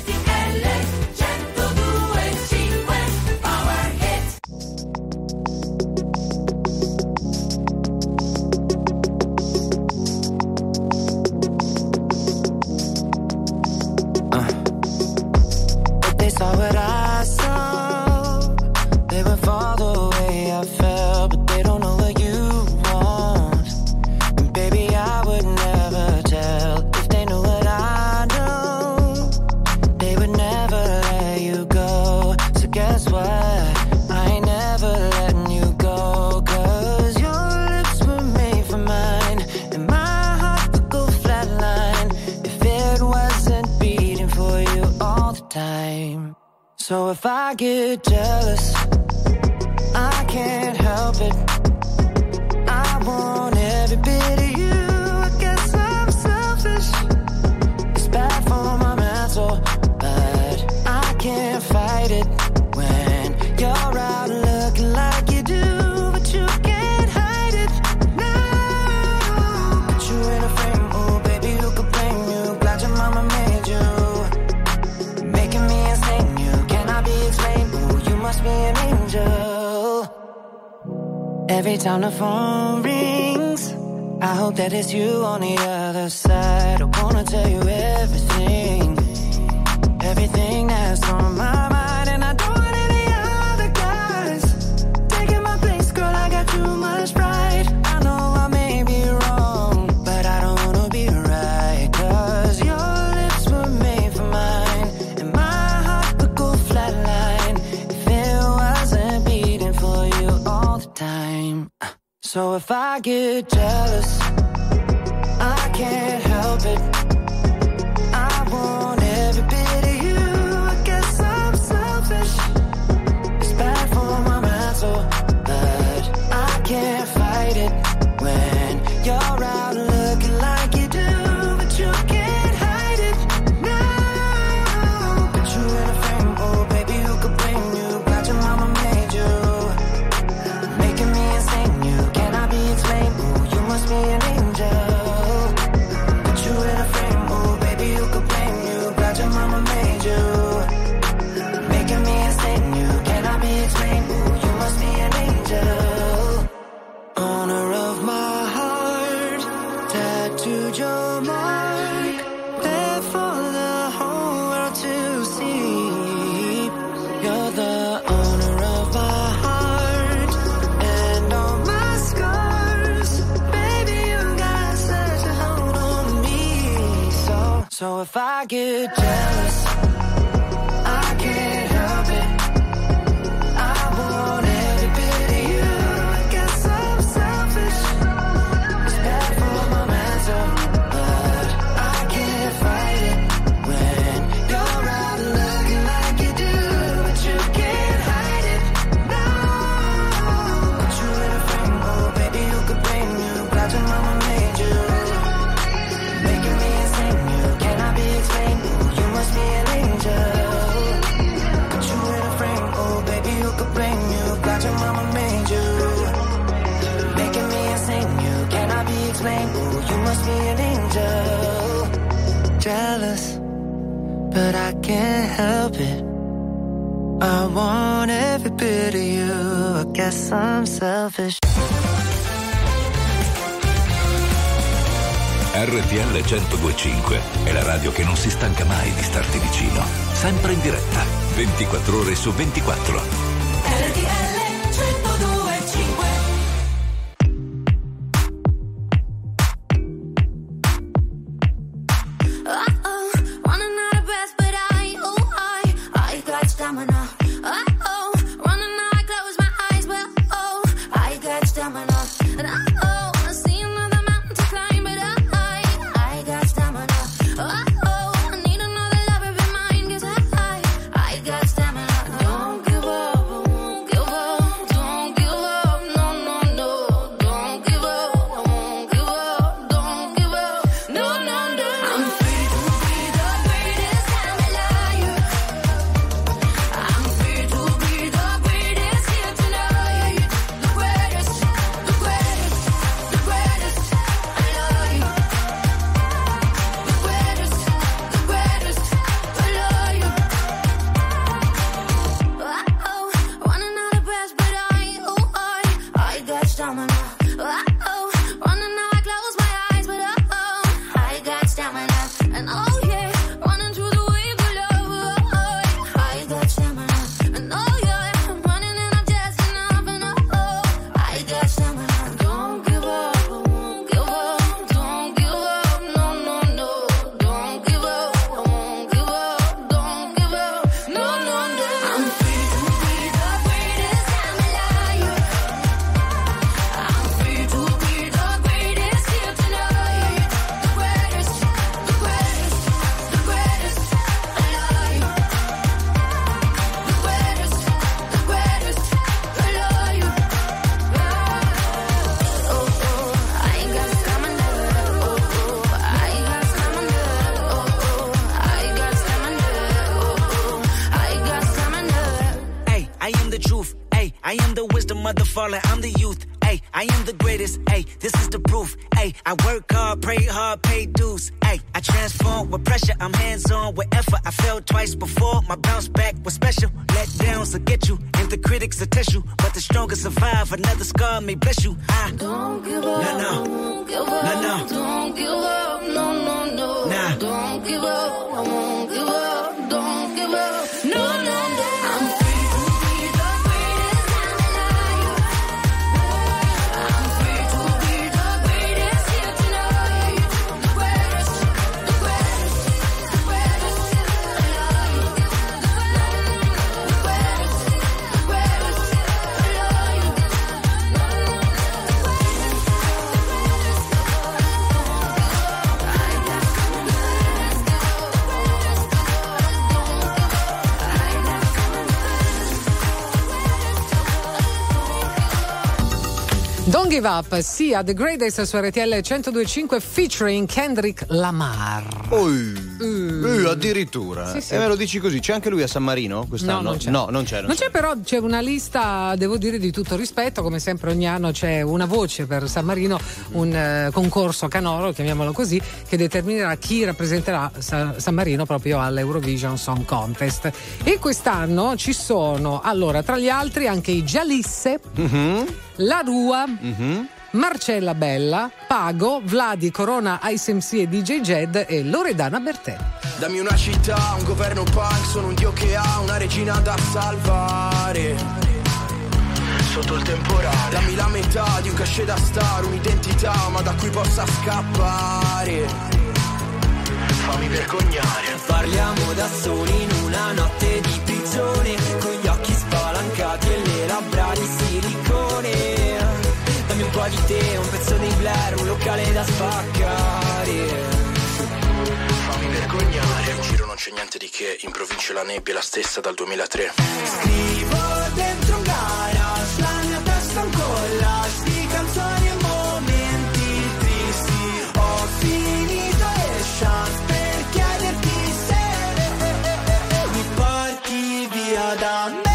Saw what I saw, they would fall the way I felt, but they don't know what you want. And baby, I would never tell. If they knew what I know, they would never let you go. So guess what? I ain't never letting you go, 'cause your lips were made for mine, and my heart would go flatline if it wasn't beating for you all the time. So if I get jealous, I can't help it. I want every bit of you. I guess I'm selfish. It's bad for my mental, but I can't fight it when you're out looking like you do, but you can't hide it. No, put you in a frame, oh baby, who could blame you? Glad your mama made you, making me insane. Must be an angel. Every time the phone rings, I hope that it's you on the other side. I wanna tell you everything, everything that's on my mind, and I don't want any other guys taking my place, girl. I got too much pride. I know I may be wrong, but I don't wanna be right, 'cause your lips were made for mine, and my heart would go flatline if it wasn't beating for you all the time. So if I get jealous, I can't help it. I want every bit of you. I guess I'm selfish. It's bad for my mental, but I can't fight it when you're out looking like you do, but you can't hide it. No, put you in a frame, oh baby, who could blame you? Glad your mama made you, making me insane. You cannot be explained. Ooh, you must be an angel. Put you in a frame, oh baby, who could blame you? Glad your mama made you, making me insane. You cannot be explained. Ooh, you must be an angel. Owner of my heart, tattooed your mark, there for the whole world to see. You're the owner of my heart and all my scars. Baby, you got such a hold on me. So if I get jealous, I can't help it. I want every bit of you. I guess I'm selfish. It's bad for my mental, but I can't fight it when you're out looking like you do, but you can't hide it. No, put you in a frame, oh baby, who could blame you? Glad your mama made you, making me insane. You cannot be explained. Ooh, you must be an angel. Put you in a frame, oh baby, who could blame you? Glad your mama made you, making me insane. You cannot be explained. Ooh, you must be an angel. Jealous, but I can't help it. I want every bit of you. I guess I'm selfish. RTL 102.5 è la radio che non si stanca mai di starti vicino. Sempre in diretta, 24 ore su 24. RTL 102.5. Running out of breath, but I got stamina. Running out, I close my eyes, but I got stamina. And I see another mountain to climb, but I got stamina. I need another lover in mine, 'cause I got stamina. Don't give up. oh. Running now, I close my eyes, but oh, I got stamina. And oh yeah, running through the waves of love, oh, I got stamina. And oh yeah, I'm running and I'm just enough, and oh, I got stamina. Don't give up, I won't give up. Don't give up, no, no, no. Don't give up, I won't give up. Don't give up, no, no, no. I'm free to be the greatest I'm alive. I'm free to be the greatest here tonight. The greatest, the greatest, the greatest alive. The greatest, the greatest alive. Oh, oh, I ain't got stamina. Oh, oh, I got stamina. Oh, oh, I got stamina. Oh, oh, I got stamina. Hey, I am the truth. Hey, I am the wisdom of the fallen. I'm the youth. Hey, I am the greatest. Hey, this is the proof. Hey, I work hard, pray hard, pay dues. Hey, I transform with pressure. I'm hands on with effort. I failed twice before. My bounce back was special. Let downs will get you, and the critics will test you. But the strongest survive. Another scar may bless you. Don't give up, No, no. I won't give up. No, no. Don't give up, no, no, no. Nah. Don't give up, I won't give up. Don't give up, no, no, no. I'm free to be the greatest I'm alive. I'm free to be the greatest here tonight. The greatest, the greatest, the greatest alive. The greatest, the greatest alive. Don't Give Up, sia The Greatest su RTL 102.5 featuring Kendrick Lamar. Addirittura. Sì, sì. E me lo dici così, c'è anche lui a San Marino quest'anno? No, non c'è. No, non c'è. Non c'è, però c'è una lista, devo dire, di tutto rispetto, come sempre ogni anno c'è una voce per San Marino, un concorso canoro, chiamiamolo così, che determinerà chi rappresenterà San Marino proprio all'Eurovision Song Contest. E quest'anno ci sono, allora, tra gli altri anche i Gialisse, La Rua, Marcella Bella, Pago, Vladi, Corona, Ice MC e DJ Jed e Loredana Bertè. Dammi una città, un governo punk, sono un dio che ha una regina da salvare. Sotto il temporale. Dammi la metà di un cachet da star, un'identità ma da cui possa scappare. Fammi vergognare. Parliamo da soli in una notte di prigione, con gli occhi spalancati e le labbra di silicone. Dammi un po' di te, un pezzo di Blair, un locale da spaccare. Fammi vergognare. In giro non c'è niente di che, in provincia la nebbia è la stessa dal 2003. Scrivo dentro un garage, la mia testa è un collage di canzoni e momenti tristi. Ho finito le chance per chiederti se mi porti via da me.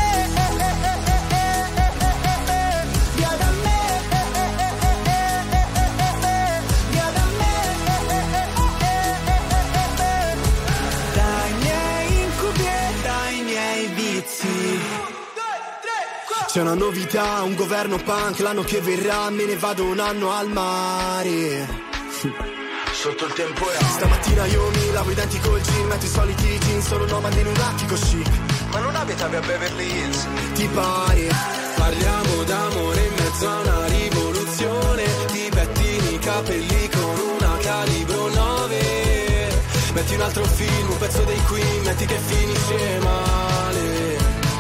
C'è una novità, un governo punk, l'anno che verrà me ne vado un anno al mare. Sotto il temporale. Stamattina io mi lavo i denti col gin, metto i soliti jeans, sono nomade in un attico chic. Ma non abitavi a Beverly Hills? Ti pare? Parliamo d'amore in mezzo a una rivoluzione. Ti pettini i capelli con una calibro 9. Metti un altro film, un pezzo dei Queen, metti che finisce male.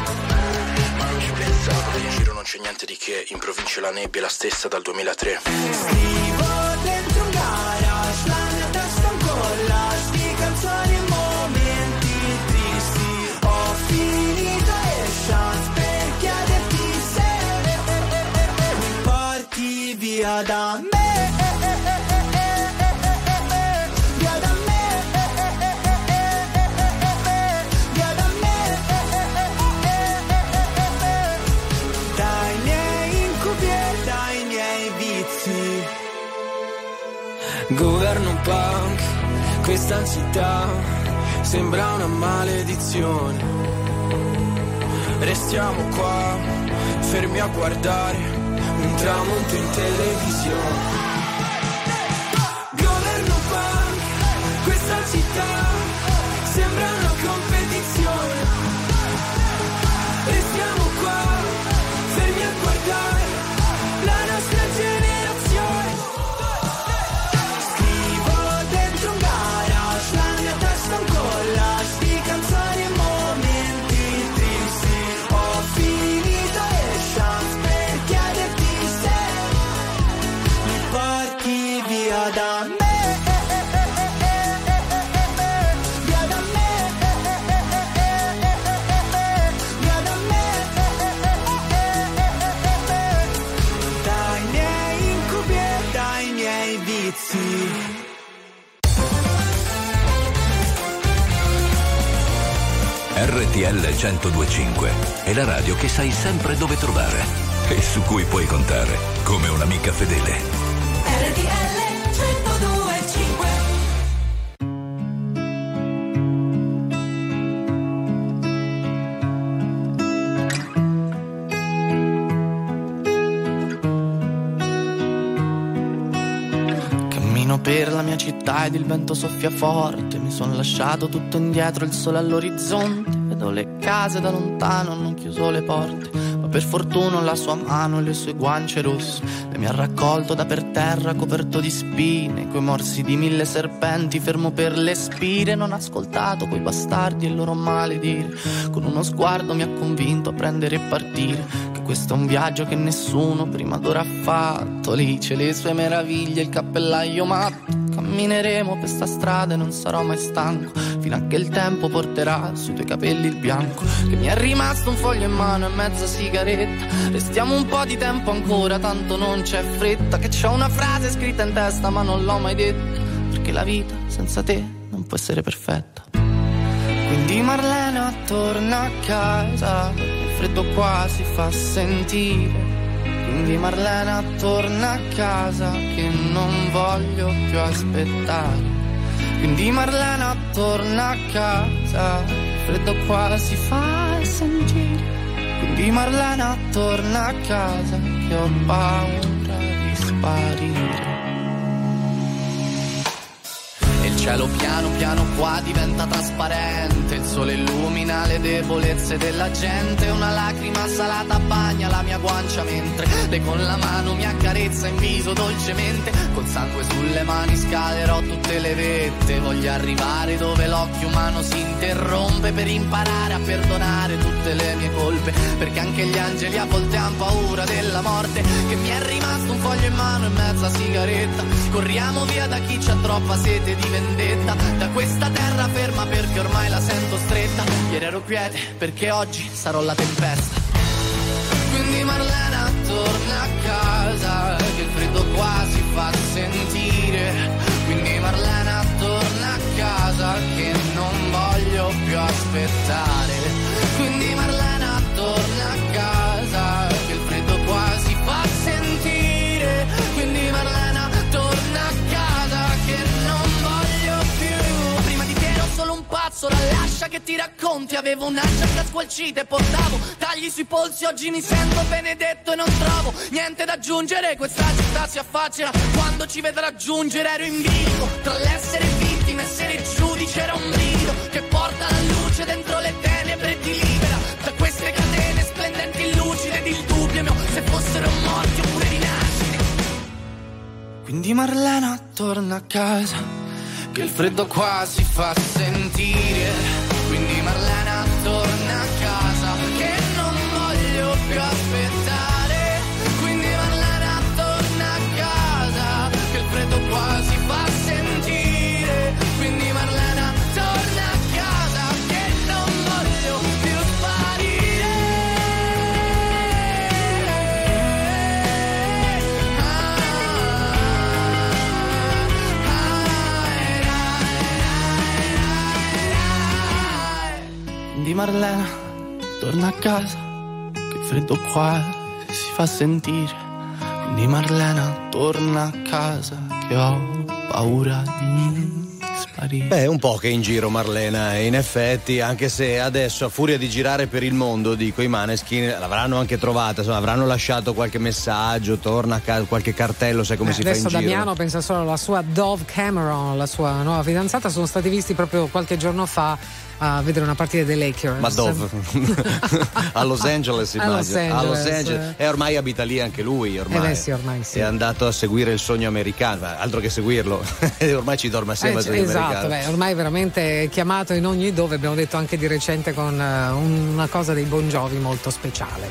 In giro non c'è niente di che, in provincia la nebbia è la stessa dal 2003. Scrivo dentro un garage, la mia testa è un collage di canzoni e momenti tristi. Ho finito le chance per chiederti se mi porti via da me. Governo punk, questa città sembra una maledizione. Restiamo qua, fermi a guardare un tramonto in televisione. Governo punk, questa città sembra una competizione. E siamo qua, fermi a guardare la nostra generazione. Scrivo dentro un garage, la mia testa un collage di canzoni e momenti tristi. Ho finito le chance per chiederti se mi porti via da me. RTL 102.5 è la radio che sai sempre dove trovare e su cui puoi contare come un'amica fedele. RTL 102.5. Cammino per la mia città ed il vento soffia forte. Mi son lasciato tutto indietro, il sole all'orizzonte. Vedo le case da lontano, hanno chiuso le porte, ma per fortuna ho la sua mano e le sue guance rosse. Lei mi ha raccolto da per terra coperto di spine, coi morsi di 1000 serpenti, fermo per le spire. Non ho ascoltato quei bastardi e il loro maledire. Con uno sguardo mi ha convinto a prendere e partire, che questo è un viaggio che nessuno prima d'ora ha fatto. Lì c'è le sue meraviglie, il cappellaio matto. Cammineremo per sta strada e non sarò mai stanco, fino a che il tempo porterà sui tuoi capelli il bianco. Che mi è rimasto un foglio in mano e mezza sigaretta. Restiamo un po' di tempo ancora, tanto non c'è fretta. Che c'ho una frase scritta in testa ma non l'ho mai detta, perché la vita senza te non può essere perfetta. Quindi Marlena torna a casa, il freddo qua si fa sentire. Quindi Marlena torna a casa che non voglio più aspettare. Quindi Marlena torna a casa, il freddo qua si fa sentire. Quindi Marlena torna a casa che ho paura di sparire. E il cielo piano piano qua diventa trasparente, il sole illumina le debolezze della gente. Una lacrima salata bagna la mia guancia mentre lei con la mano mi accarezza in viso dolcemente. Col sangue sulle mani scalerò tutte le vette. Voglio arrivare dove l'occhio umano si interrompe, per imparare a perdonare tutte le mie colpe, perché anche gli angeli a volte han paura della morte. Che mi è rimasto un foglio in mano e mezza sigaretta. Corriamo via da chi c'ha troppa sete di vendetta, da questa terra ferma perché ormai la sento stretta. Ieri ero quiete perché oggi sarò la tempesta. Quindi Marlena torna a casa che il freddo qua si fa sentire. Quindi Marlena torna a casa che non voglio più aspettare. Quindi Marlena torna a casa che il freddo qua si fa sentire. Quindi Marlena torna a casa che non voglio più. Prima di te ero solo un pazzo, la lascia che ti racconti. Avevo una giacca squalcita e portavo tagli sui polsi. Oggi mi sento benedetto e non trovo niente da aggiungere. Questa città si affaccia quando ci vedrà giungere. Ero in bilico tra l'essere vittima e essere giudice. Era un brido che porta la luce dentro le tenebre e ti libera da queste catene splendenti, lucide ed il dubbio mio se fossero morti oppure rinascite. Quindi Marlena torna a casa che il freddo qua si fa sentire. Quindi Marlena torna a casa che non voglio più aspettare. Quindi Marlena torna a casa che il freddo qua si fa sentire. Quindi Marlena torna a casa che non voglio più sparire. Quindi Marlena torna a casa che il freddo qua si fa sentire. Quindi Marlena torna a casa che ho paura di Beh, un po' che è in giro Marlena, in effetti, anche se adesso a furia di girare per il mondo, dico, i Maneskin l'avranno anche trovata, insomma, avranno lasciato qualche messaggio, torna a casa, qualche cartello, sai come si fa in giro. Adesso Damiano pensa solo alla sua Dove Cameron, la sua nuova fidanzata, sono stati visti proprio qualche giorno fa a vedere una partita dei Lakers. Ma dove? A Los Angeles, immagino. A Los Angeles. E ormai abita lì anche lui, ormai. Sì, ormai sì. È andato a seguire il sogno americano, altro che seguirlo. Ormai ci dorme assieme al sogno esatto, americano. Ormai veramente chiamato in ogni dove, abbiamo detto anche di recente con una cosa dei Bon Jovi molto speciale.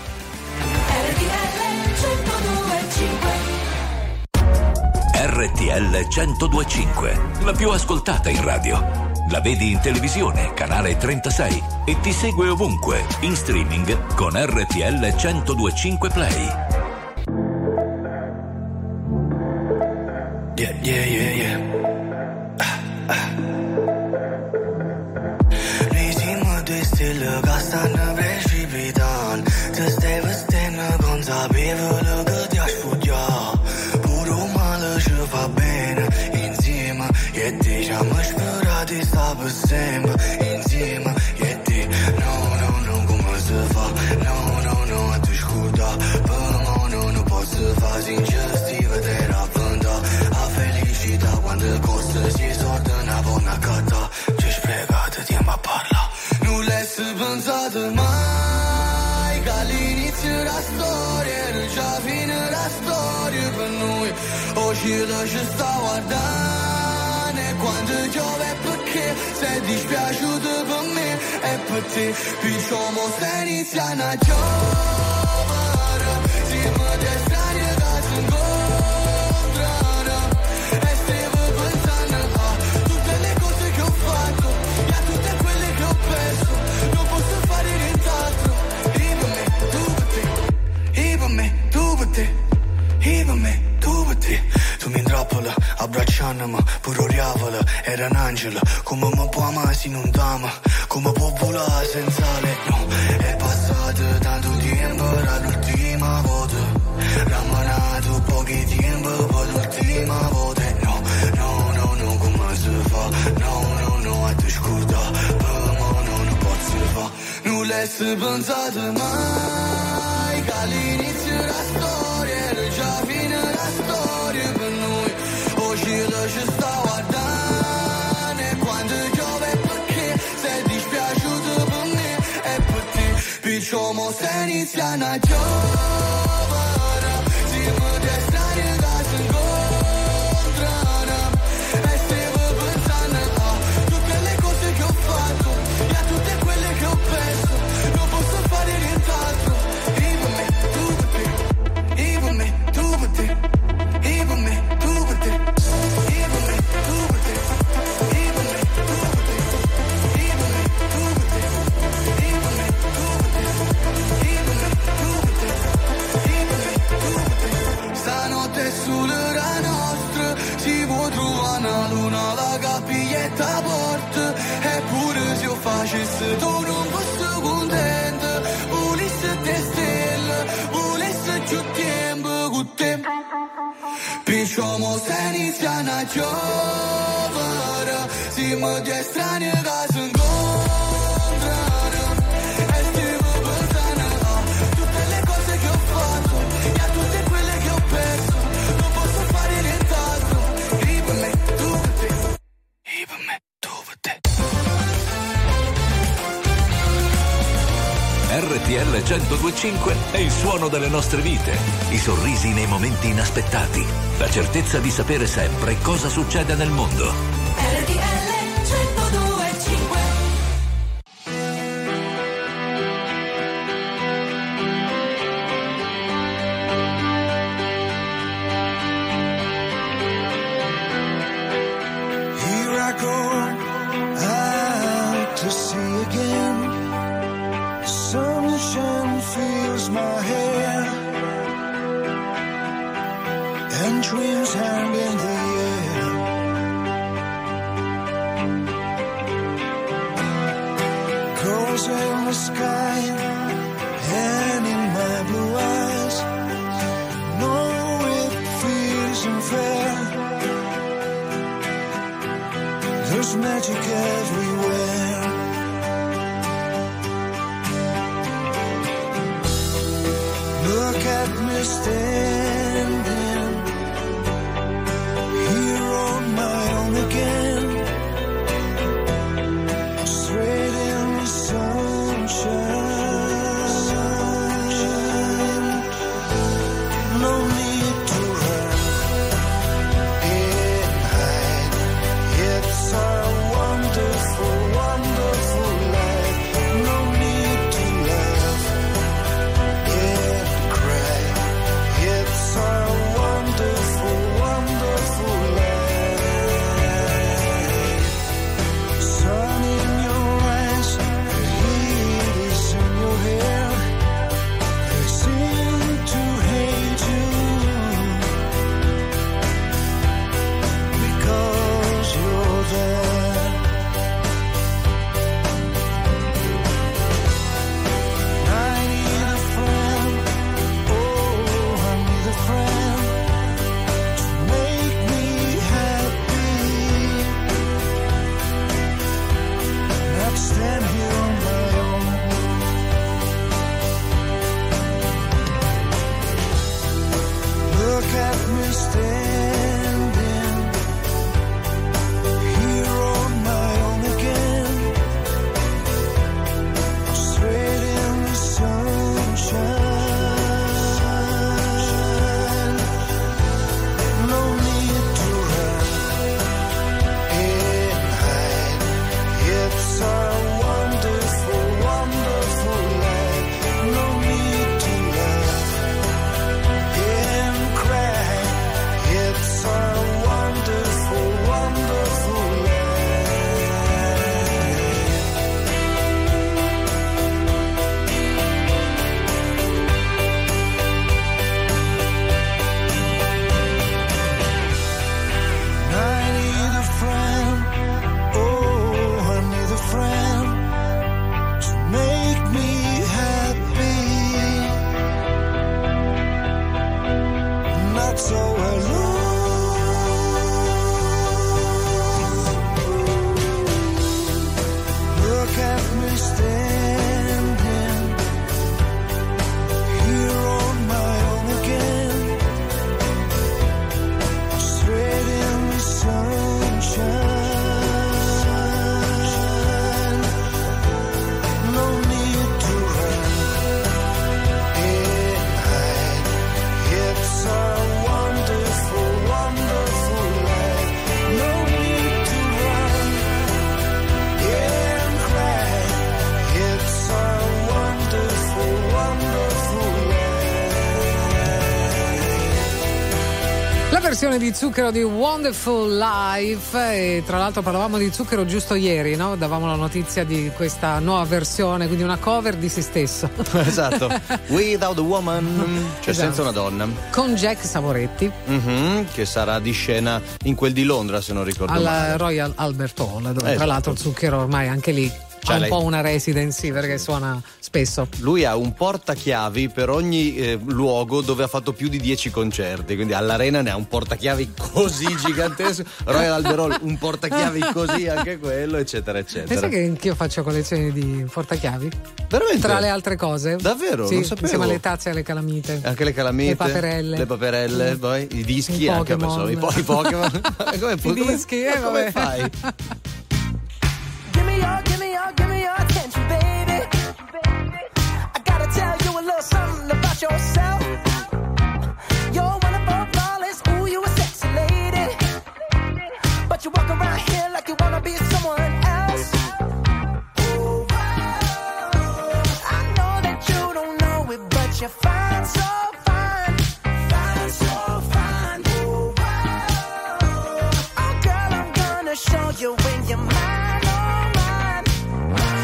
RTL 102.5, la più ascoltata in radio. La vedi in televisione, canale 36, e ti segue ovunque, in streaming con RTL 102.5 Play. Yeah. Risimo de stille gastan precipitan. Te stai vestendo consapevole che ti hai sfugiato. Pure male ci fa bene insieme. E diciamo sperati sta per sempre insieme. E ti no, come si fa? No, ti scorda. Per me non posso fare sincerità te raffronta. A felicità quando costa si sorda una buona catta. Ci sprecate tempo a parlare. Non l'hai pensato mai che all'inizio della storia era già fine la storia per noi. Oggi lo ci sta guardando e quando piove perché sei dispiaciuto per me e per te. Diciamo se iniziano a giovere siamo dei strani che si incontrano e stiamo pensando a tutte le cose che ho fatto e a tutte quelle che ho perso. Non posso fare nient'altro. E per me, tu per te. E per me, tu per te. E per me, tu per te. Tu mi intrappola, abbracciandomi, pure oriavola, era un angelo. Come mi può amare se non t'ama? Come può volare senza lei? No, è passato tanto tempo, era l'ultima volta. Rammanato pochi tempo, poi l'ultima volta. No, come si fa? No, a te scorda. Per me non posso fa. Non l'hai pensato mai che all'inizio della storia era già fine la storia per noi. Oggi lo ci sta guardando e quando piove perché sei dispiaciuto per me e per te. Diciamo se iniziano a giovere siamo dei strani che si incontrano e stiamo pensando a tutte le cose che ho fatto e a tutte quelle che ho perso. Non posso fare nient'altro. E per me, tu per te. E per me, tu per te. E per me, tu per te. E per me, tu per te. E per me, tu per te. E per me, tu per te. E per me, tu per te. E per me, tu per te. E per me, tu per te. Stanotte sull'ora nostra si può trovare una luna la capiglietta porta. Eppure se io facessi tu non fossi contento. Volessi te stelle, volessi più tempo con te. Diciamo se iniziano a giovere siamo dei strani che si incontrano e stiamo pensando a tutte le cose che ho fatto e a tutte quelle che ho perso. Non posso fare nient'altro. E per me, tu per te. E per me, tu per te. RTL 102.5 è il suono delle nostre vite, i sorrisi nei momenti inaspettati, la certezza di sapere sempre cosa succede nel mondo. RTL 102.5. Here I go out to sea again. Sunshine fills my hair and dreams hang in the air. Colors in the sky and in my blue eyes. No, it feels unfair. The There's magic everywhere. Look at me standing here on my own again, straight in the sunshine. No need to run and hide. It's a wonderful, wonderful life. No need to laugh and cry. It's a wonderful, wonderful life. Sun in your eyes, heat is in your hair. They seem to hate you because you're there. I need a friend, oh, I need a friend to make me happy. Not stand here on my own. Look at me standing here on my own again, straight in the sunshine. No need to run and hide. It's a wonderful, wonderful life. No need to laugh and cry. It's a wonderful, wonderful life. I need a friend, oh, I need a friend to make me happy. Not so alone. Look at me standing here on my own again, straight in the sunshine. No need to run and hide. It's a wonderful, wonderful life. No need to run and cry. It's a wonderful, wonderful life. La versione di Zucchero di Wonderful Life, e tra l'altro parlavamo di Zucchero giusto ieri, no? Davamo la notizia di questa nuova versione, quindi una cover di se stesso. Esatto. Without a Woman, cioè Esatto. senza una donna. Con Jack Savoretti Che sarà di scena in quel di Londra, se non ricordo al male. Royal Albert Hall, dove tra Esatto. l'altro Zucchero ormai anche lì Cioè ha un lei- po' una residency perché suona spesso. Lui ha un portachiavi per ogni luogo dove ha fatto più di 10 concerti, quindi all'Arena ne ha un portachiavi così gigantesco, Royal Albert Hall un portachiavi così, anche quello, eccetera eccetera. Pensa che anch'io faccio collezioni di portachiavi? Veramente? Tra le altre cose. Davvero? Sì, Non sapevo. insieme alle tazze e alle calamite. Anche le calamite, Le paperelle. poi i dischi I anche Pokémon. i Pokémon. I dischi, come vabbè. fai? Give me your attention, baby. I gotta tell you a little something about yourself. You're wonderful, flawless, ooh, you a sexy lady. But you walk around here like you wanna be someone else. Ooh, I know that you don't know it, but you're fine, so fine. Fine, so fine. Ooh, oh, girl, I'm gonna show you when you're mine, oh mine.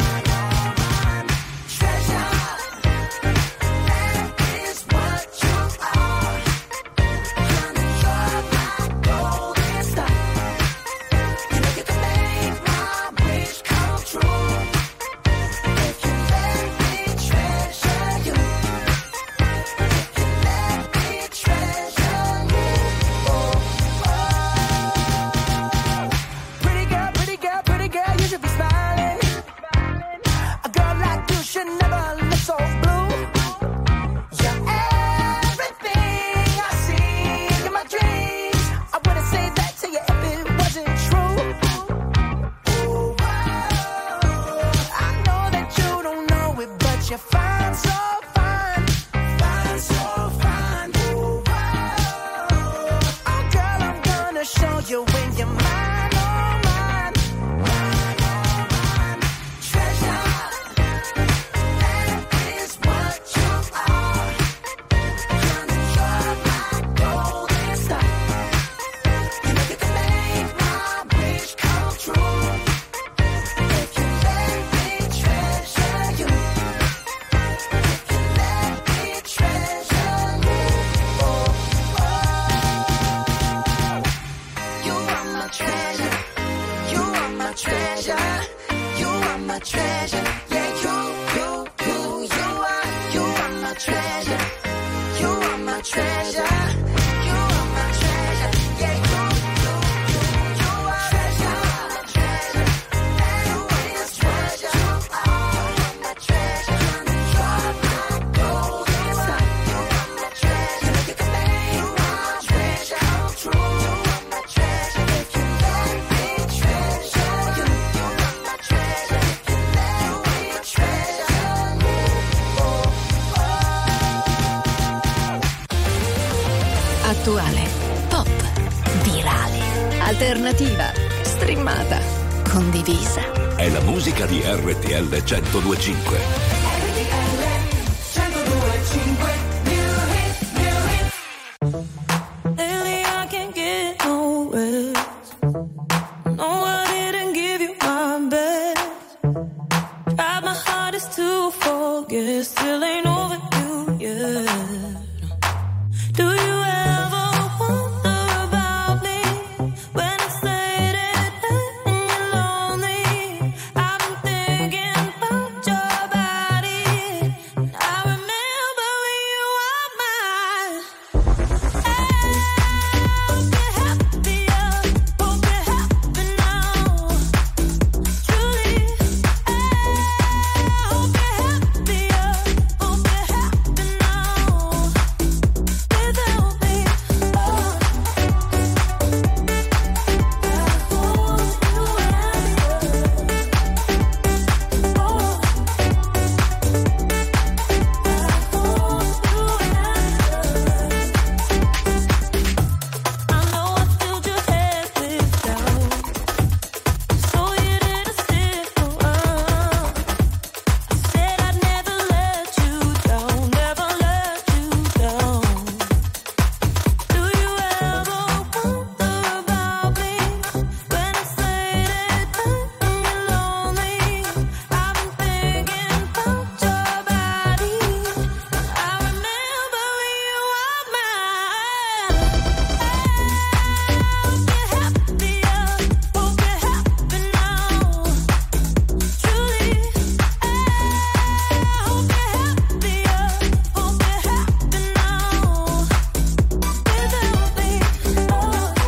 show you when you're mine, oh mine. Treasure, that is what you are. You're my golden star. You know you can make my wish come true. If you let me treasure you. If you let me treasure you. Oh, oh. You are my treasure. You are my treasure. You are my treasure. Yeah, you are my treasure. You are my treasure. You are my treasure. Yeah, you are treasure. Treasure. You are my treasure. You are my treasure. You are my golden star. You are my treasure. You can make my treasure come true. You are my treasure. If you let me treasure you, you are my treasure. If you let me treasure you, oh, Attuale, pop, virale, alternativa, streamata, condivisa. È la musica di RTL 102.5. lately I can't get no rest. No, I didn't give you my best. Tried my hardest to forget, still ain't over you yet. Do you ever wonder about me when it's late at night and you're lonely? I've been thinking about your body. I remember when you were mine. Hope you're happier, hope you're happy now. Truly, hope you're happier, hope you're happy now. Without me, I know I filled your head with doubt, so you didn't stick around. I said I'd never let you down, never let you down. Do you ever wonder about me when it's late at night and you're lonely? I've been thinking about your body. I remember when you were mine. Hope you're happier, hope you're happy now. Truly, hope you're happier, hope you're happy now. Without me,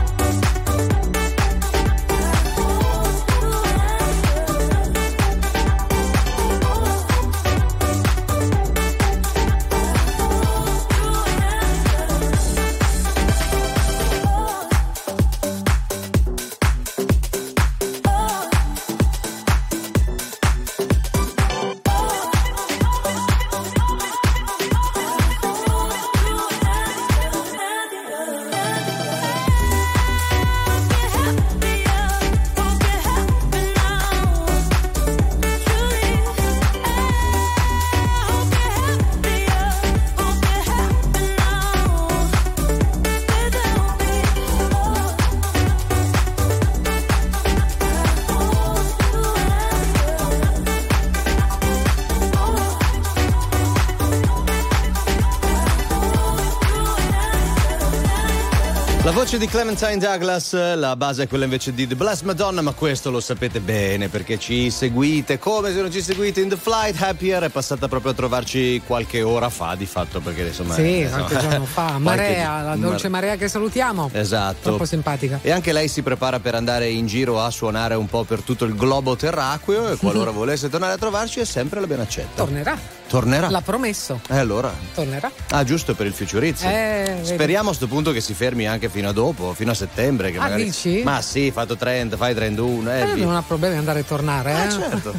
La voce di Clementine Douglas, la base è quella invece di The Blessed Madonna, ma questo lo sapete bene perché ci seguite. Come se non ci seguite in The Flight, Happier è passata proprio a trovarci qualche ora fa di fatto, perché insomma Sì, qualche giorno fa. Marea, la dolce Marea che salutiamo. Esatto. Troppo simpatica. E anche lei si prepara per andare in giro a suonare un po' per tutto il globo terracqueo, e qualora volesse tornare a trovarci è sempre la ben accetta. Tornerà. L'ha promesso. Allora. Tornerà. Ah, giusto, per il Futurizio. Speriamo a sto punto che si fermi anche fino a dopo, fino a settembre. Che magari... dici? Ma sì, fatto 30, fai 31. Non ha problemi andare e tornare. Certo.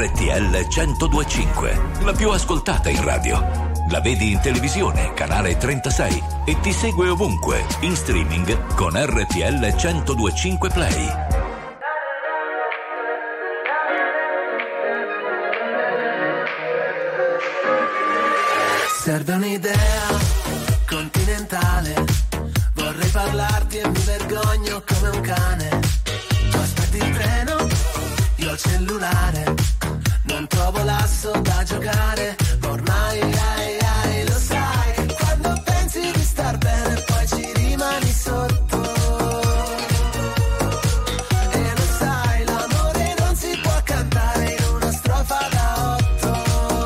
RTL 102.5, la più ascoltata in radio. La vedi in televisione, canale 36, e ti segue ovunque, in streaming con RTL 102.5 Play. Serve un'idea continentale, vorrei parlarti e mi vergogno come un cane. Tu aspetti il treno, io il cellulare, non trovo l'asso da giocare, ma ormai lo sai che quando pensi di star bene poi ci rimani sotto. E lo sai, l'amore non si può cantare in una strofa da 8.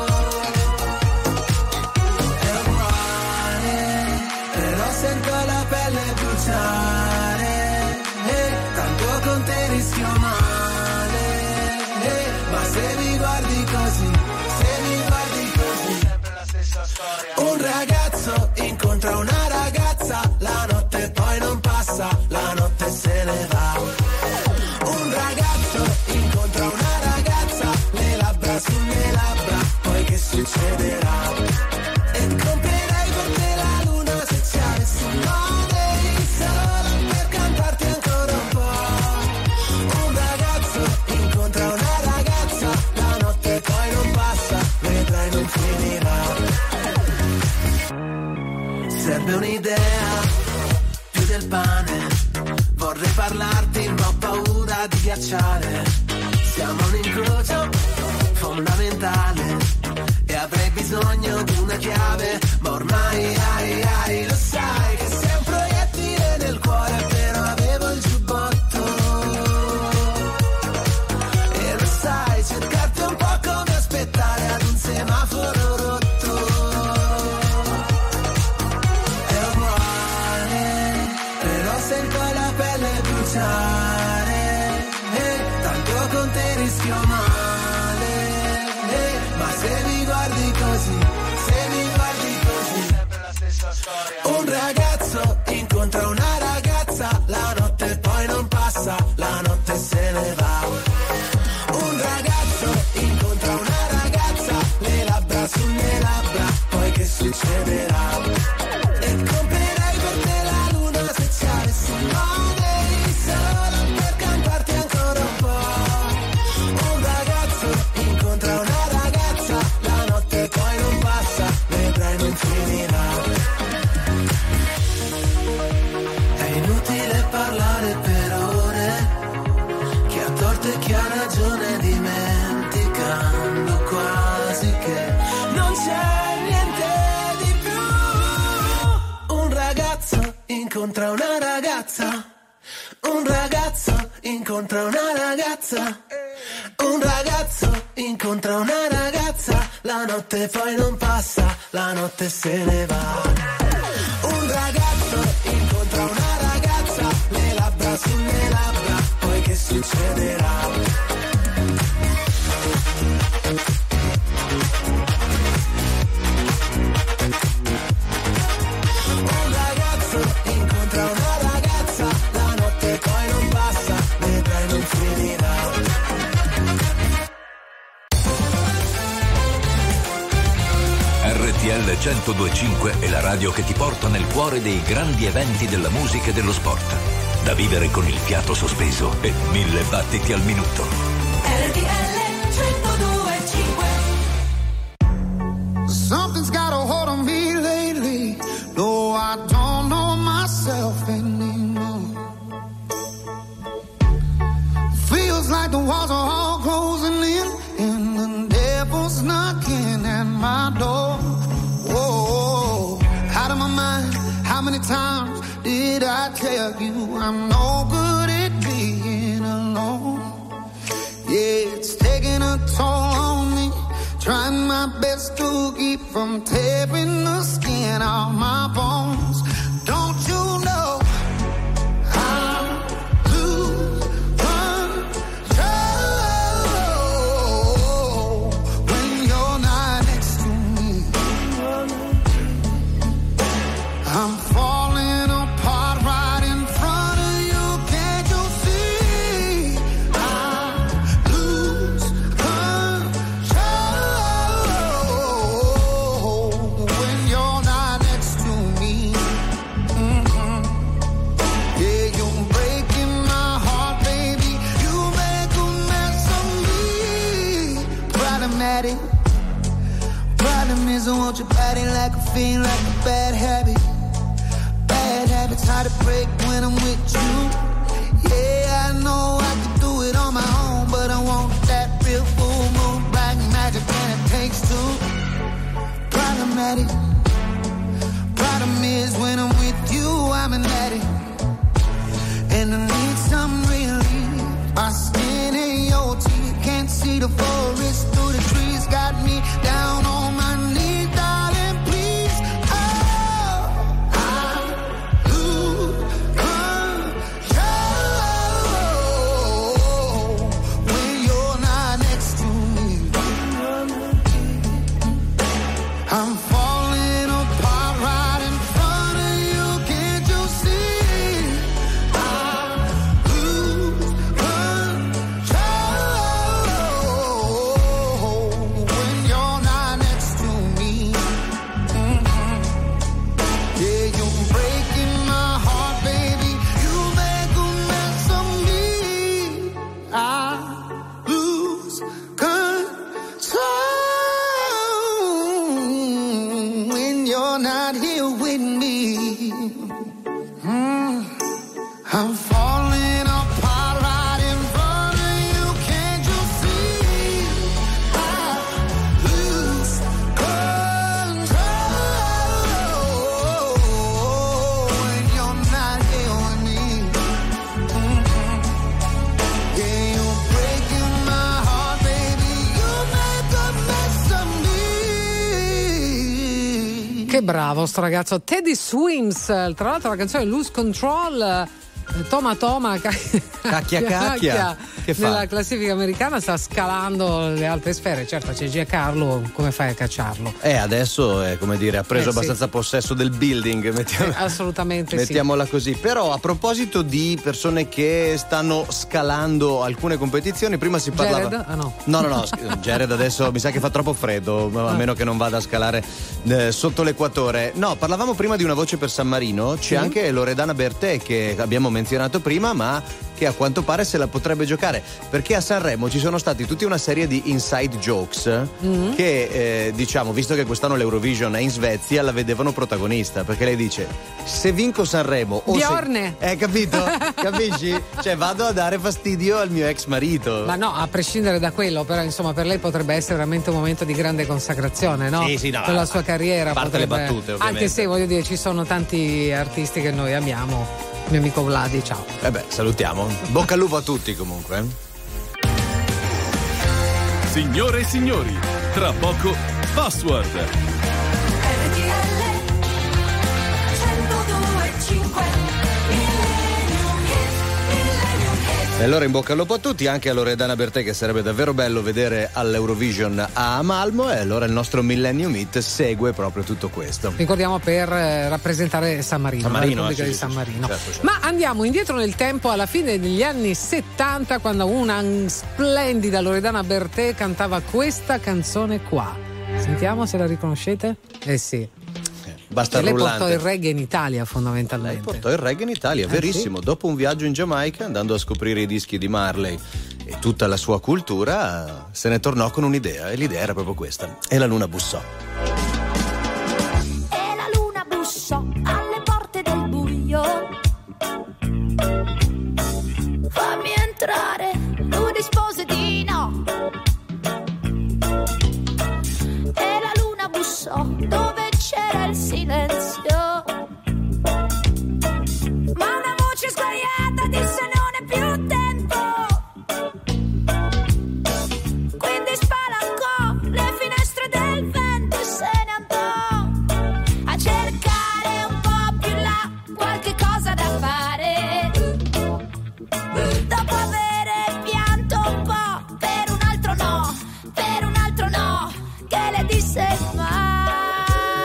È uguale, però sento la pelle bruciare, tanto con te rischio male, ma se mi guardi così, sempre la stessa storia. Un ragazzo incontra una ragazza, la notte poi non passa, la notte se ne va. Un ragazzo incontra una ragazza, le labbra sulle labbra, poi che succederà? E comprerei per te la luna se ci avessi male, solo per cantarti ancora un po'. Un ragazzo incontra una ragazza, la notte poi non passa, vedrai non finirà. Serve un'idea, più del pane, vorrei parlarti ma ho paura di ghiacciare. Siamo un incrocio fondamentale e avrei bisogno di una chiave, ma ormai lo sai che sei un proiettile nel cuore, però avevo il giubbotto. E lo sai, cercarti un po' come aspettare ad un semaforo rotto. È uguale, però sento la pelle bruciare, tanto con te rischio male, ma se mi guardi così, sempre la stessa storia. Un ragazzo incontra una ragazza, la notte poi non passa, la notte se ne va. Un ragazzo incontra una ragazza, le labbra sulle labbra, poi che succederà? E comprerei per te la luna se ci avessi male, solo per cantarti ancora un po'. Un ragazzo incontra una ragazza, la notte poi non passa, vedrai non finirà. È inutile parlare per ore, chi ha torto e chi ha ragione, dimenticando quasi che non c'è niente di più. Un ragazzo incontra una ragazza, un ragazzo incontra una ragazza, un ragazzo incontra una ragazza, la notte poi non passa, la notte se ne va. Un ragazzo incontra una ragazza, le labbra sulle labbra, poi che succederà? Un ragazzo incontra una ragazza, la notte poi non passa, vedrai non finirà. RTL 102.5 è la radio che ti porta nel cuore dei grandi eventi della musica e dello sport. Da vivere con il fiato sospeso e 1000 battiti al minuto. RTL 102.5. Something's got a hold on me lately. No, I don't know myself anymore. Feels like the walls are all closing in, and the devil's knocking at my door. Whoa, out of my mind. How many times did I tell you I'm no good at being alone? Yeah, it's taking a toll on me. Trying my best to keep from tearing the skin off my bones. Don't you know I'm losing control when you're not next to me? I'm falling apart right in front of you. Can't you see? I lose control. want your body like a fiend, like a bad habit. Bad habits hard to break when I'm with you. Yeah, I know I can do it on my own, but I want that real full moon, black magic, and it takes two. Problematic. Problem is when I'm with you, I'm an addict, and I need some relief. My skin and your teeth, can't see the forest through the trees, got me down on my knees, darling, please. Oh, I lose control when you're not next to me. I'm falling apart right in front of you, can't you see? I lose control when you're not next to me. Yeah, you're breaking my heart, baby. You make a mess of me. I lose control when you're not here with me. I'm falling apart right in front of you, can't you see? I lose control when you're not here with me. Yeah, you're breaking my heart, baby. You make a mess of me. Che bravo sto ragazzo Teddy Swims, tra l'altro la canzone Lose Control, Toma Cacchia. Che fa? nella classifica americana sta scalando le alte sfere. Certo, c'è Giancarlo, come fai a cacciarlo? Adesso è, come dire, ha preso Sì. abbastanza possesso del building, Assolutamente mettiamola così. Però a proposito di persone che stanno scalando alcune competizioni, prima si parlava Jared? Ah, no. No, Jared adesso mi sa che fa troppo freddo, a meno che non vada a scalare sotto l'equatore. No, parlavamo prima di una voce per San Marino, c'è anche Loredana Bertè che abbiamo menzionato prima, ma che a quanto pare se la potrebbe giocare, perché a Sanremo ci sono stati tutta una serie di inside jokes che diciamo, visto che quest'anno l'Eurovision è in Svezia, la vedevano protagonista, perché lei dice: se vinco Sanremo o Bjorn. capito? Capisci? Cioè vado a dare fastidio al mio ex marito. Ma no, a prescindere da quello, però insomma per lei potrebbe essere veramente un momento di grande consacrazione, no? Sì, no, per la sua carriera. a parte le potrebbe- battute, ovviamente. Anche se voglio dire, ci sono tanti artisti che noi amiamo. Mio amico Vladi, ciao. Salutiamo. Bocca al lupo a tutti comunque. Signore e signori, tra poco Password. E allora in bocca al lupo a tutti, anche a Loredana Bertè, che sarebbe davvero bello vedere all'Eurovision a Malmo, e allora il nostro Millennium Hit segue proprio tutto questo. Ricordiamo per rappresentare San Marino, la Repubblica di San Marino. Certo. Ma andiamo indietro nel tempo, alla fine degli anni 70, quando una splendida Loredana Bertè cantava questa canzone qua. Sentiamo se la riconoscete. Eh sì. Basta Lei rullante. portò il reggae in Italia fondamentalmente. Portò il reggae in Italia, verissimo. Sì? Dopo un viaggio in Giamaica, andando a scoprire i dischi di Marley e tutta la sua cultura, se ne tornò con un'idea, e l'idea era proprio questa. E la luna bussò. E la luna bussò alle porte del buio. Fammi entrare, lui rispose di no. E la luna bussò dove c'era il silenzio. Ma una voce sguaiata disse non è più tempo. Quindi spalancò le finestre del vento e se ne andò a cercare un po' più là qualche cosa da fare. Dopo avere pianto un po' per un altro no, che le disse mai.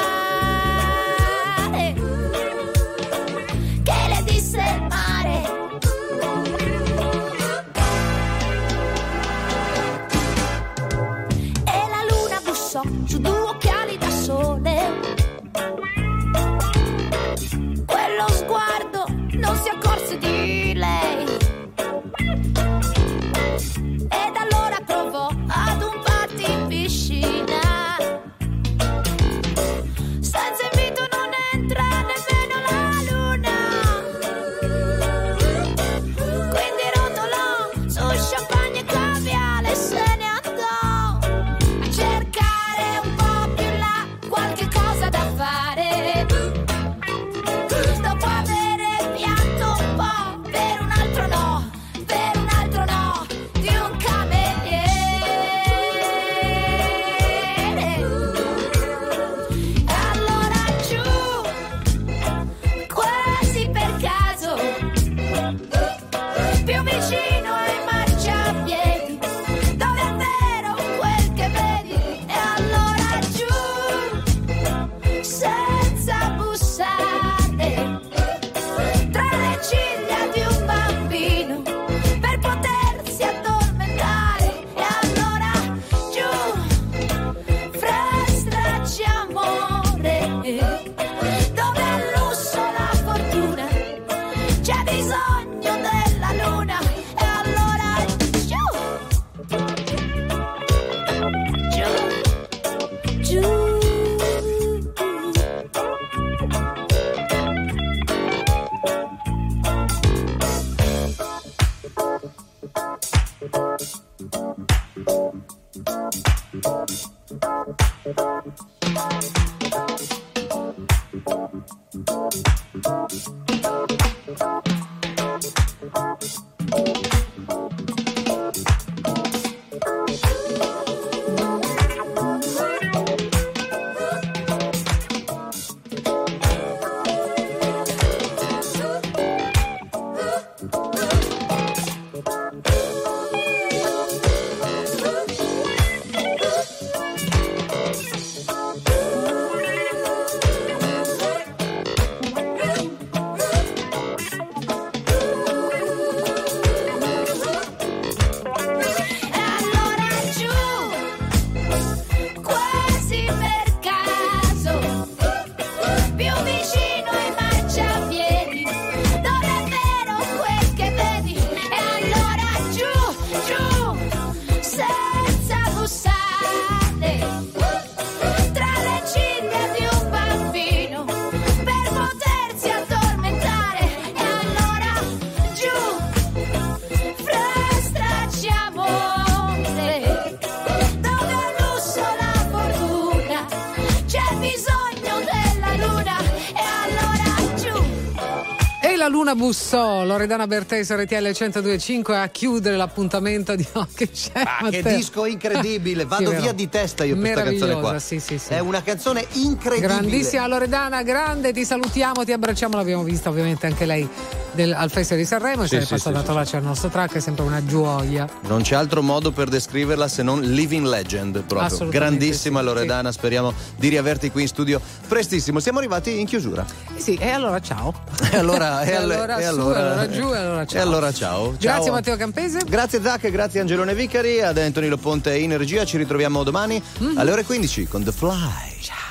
la luna bussò, Loredana Bertè, RTL 102.5 a chiudere l'appuntamento di che c'è. Che disco incredibile, vado Sì, via di testa io per questa canzone qua. Sì. È una canzone incredibile. Grandissima Loredana, grande, ti salutiamo, ti abbracciamo, l'abbiamo vista ovviamente anche lei al Festival di Sanremo, se è passata a trovarci al nostro track, è sempre una gioia. Non c'è altro modo per descriverla se non living legend, proprio. Grandissima Loredana, speriamo di riaverti qui in studio prestissimo. Siamo arrivati in chiusura. Sì, e allora ciao. E allora giù, e allora ciao. E allora ciao. Grazie Matteo Campese. Grazie Zac, grazie Angelone Vicari, ad Antonino Ponte in regia. Ci ritroviamo domani alle ore 15 con The Fly. Ciao.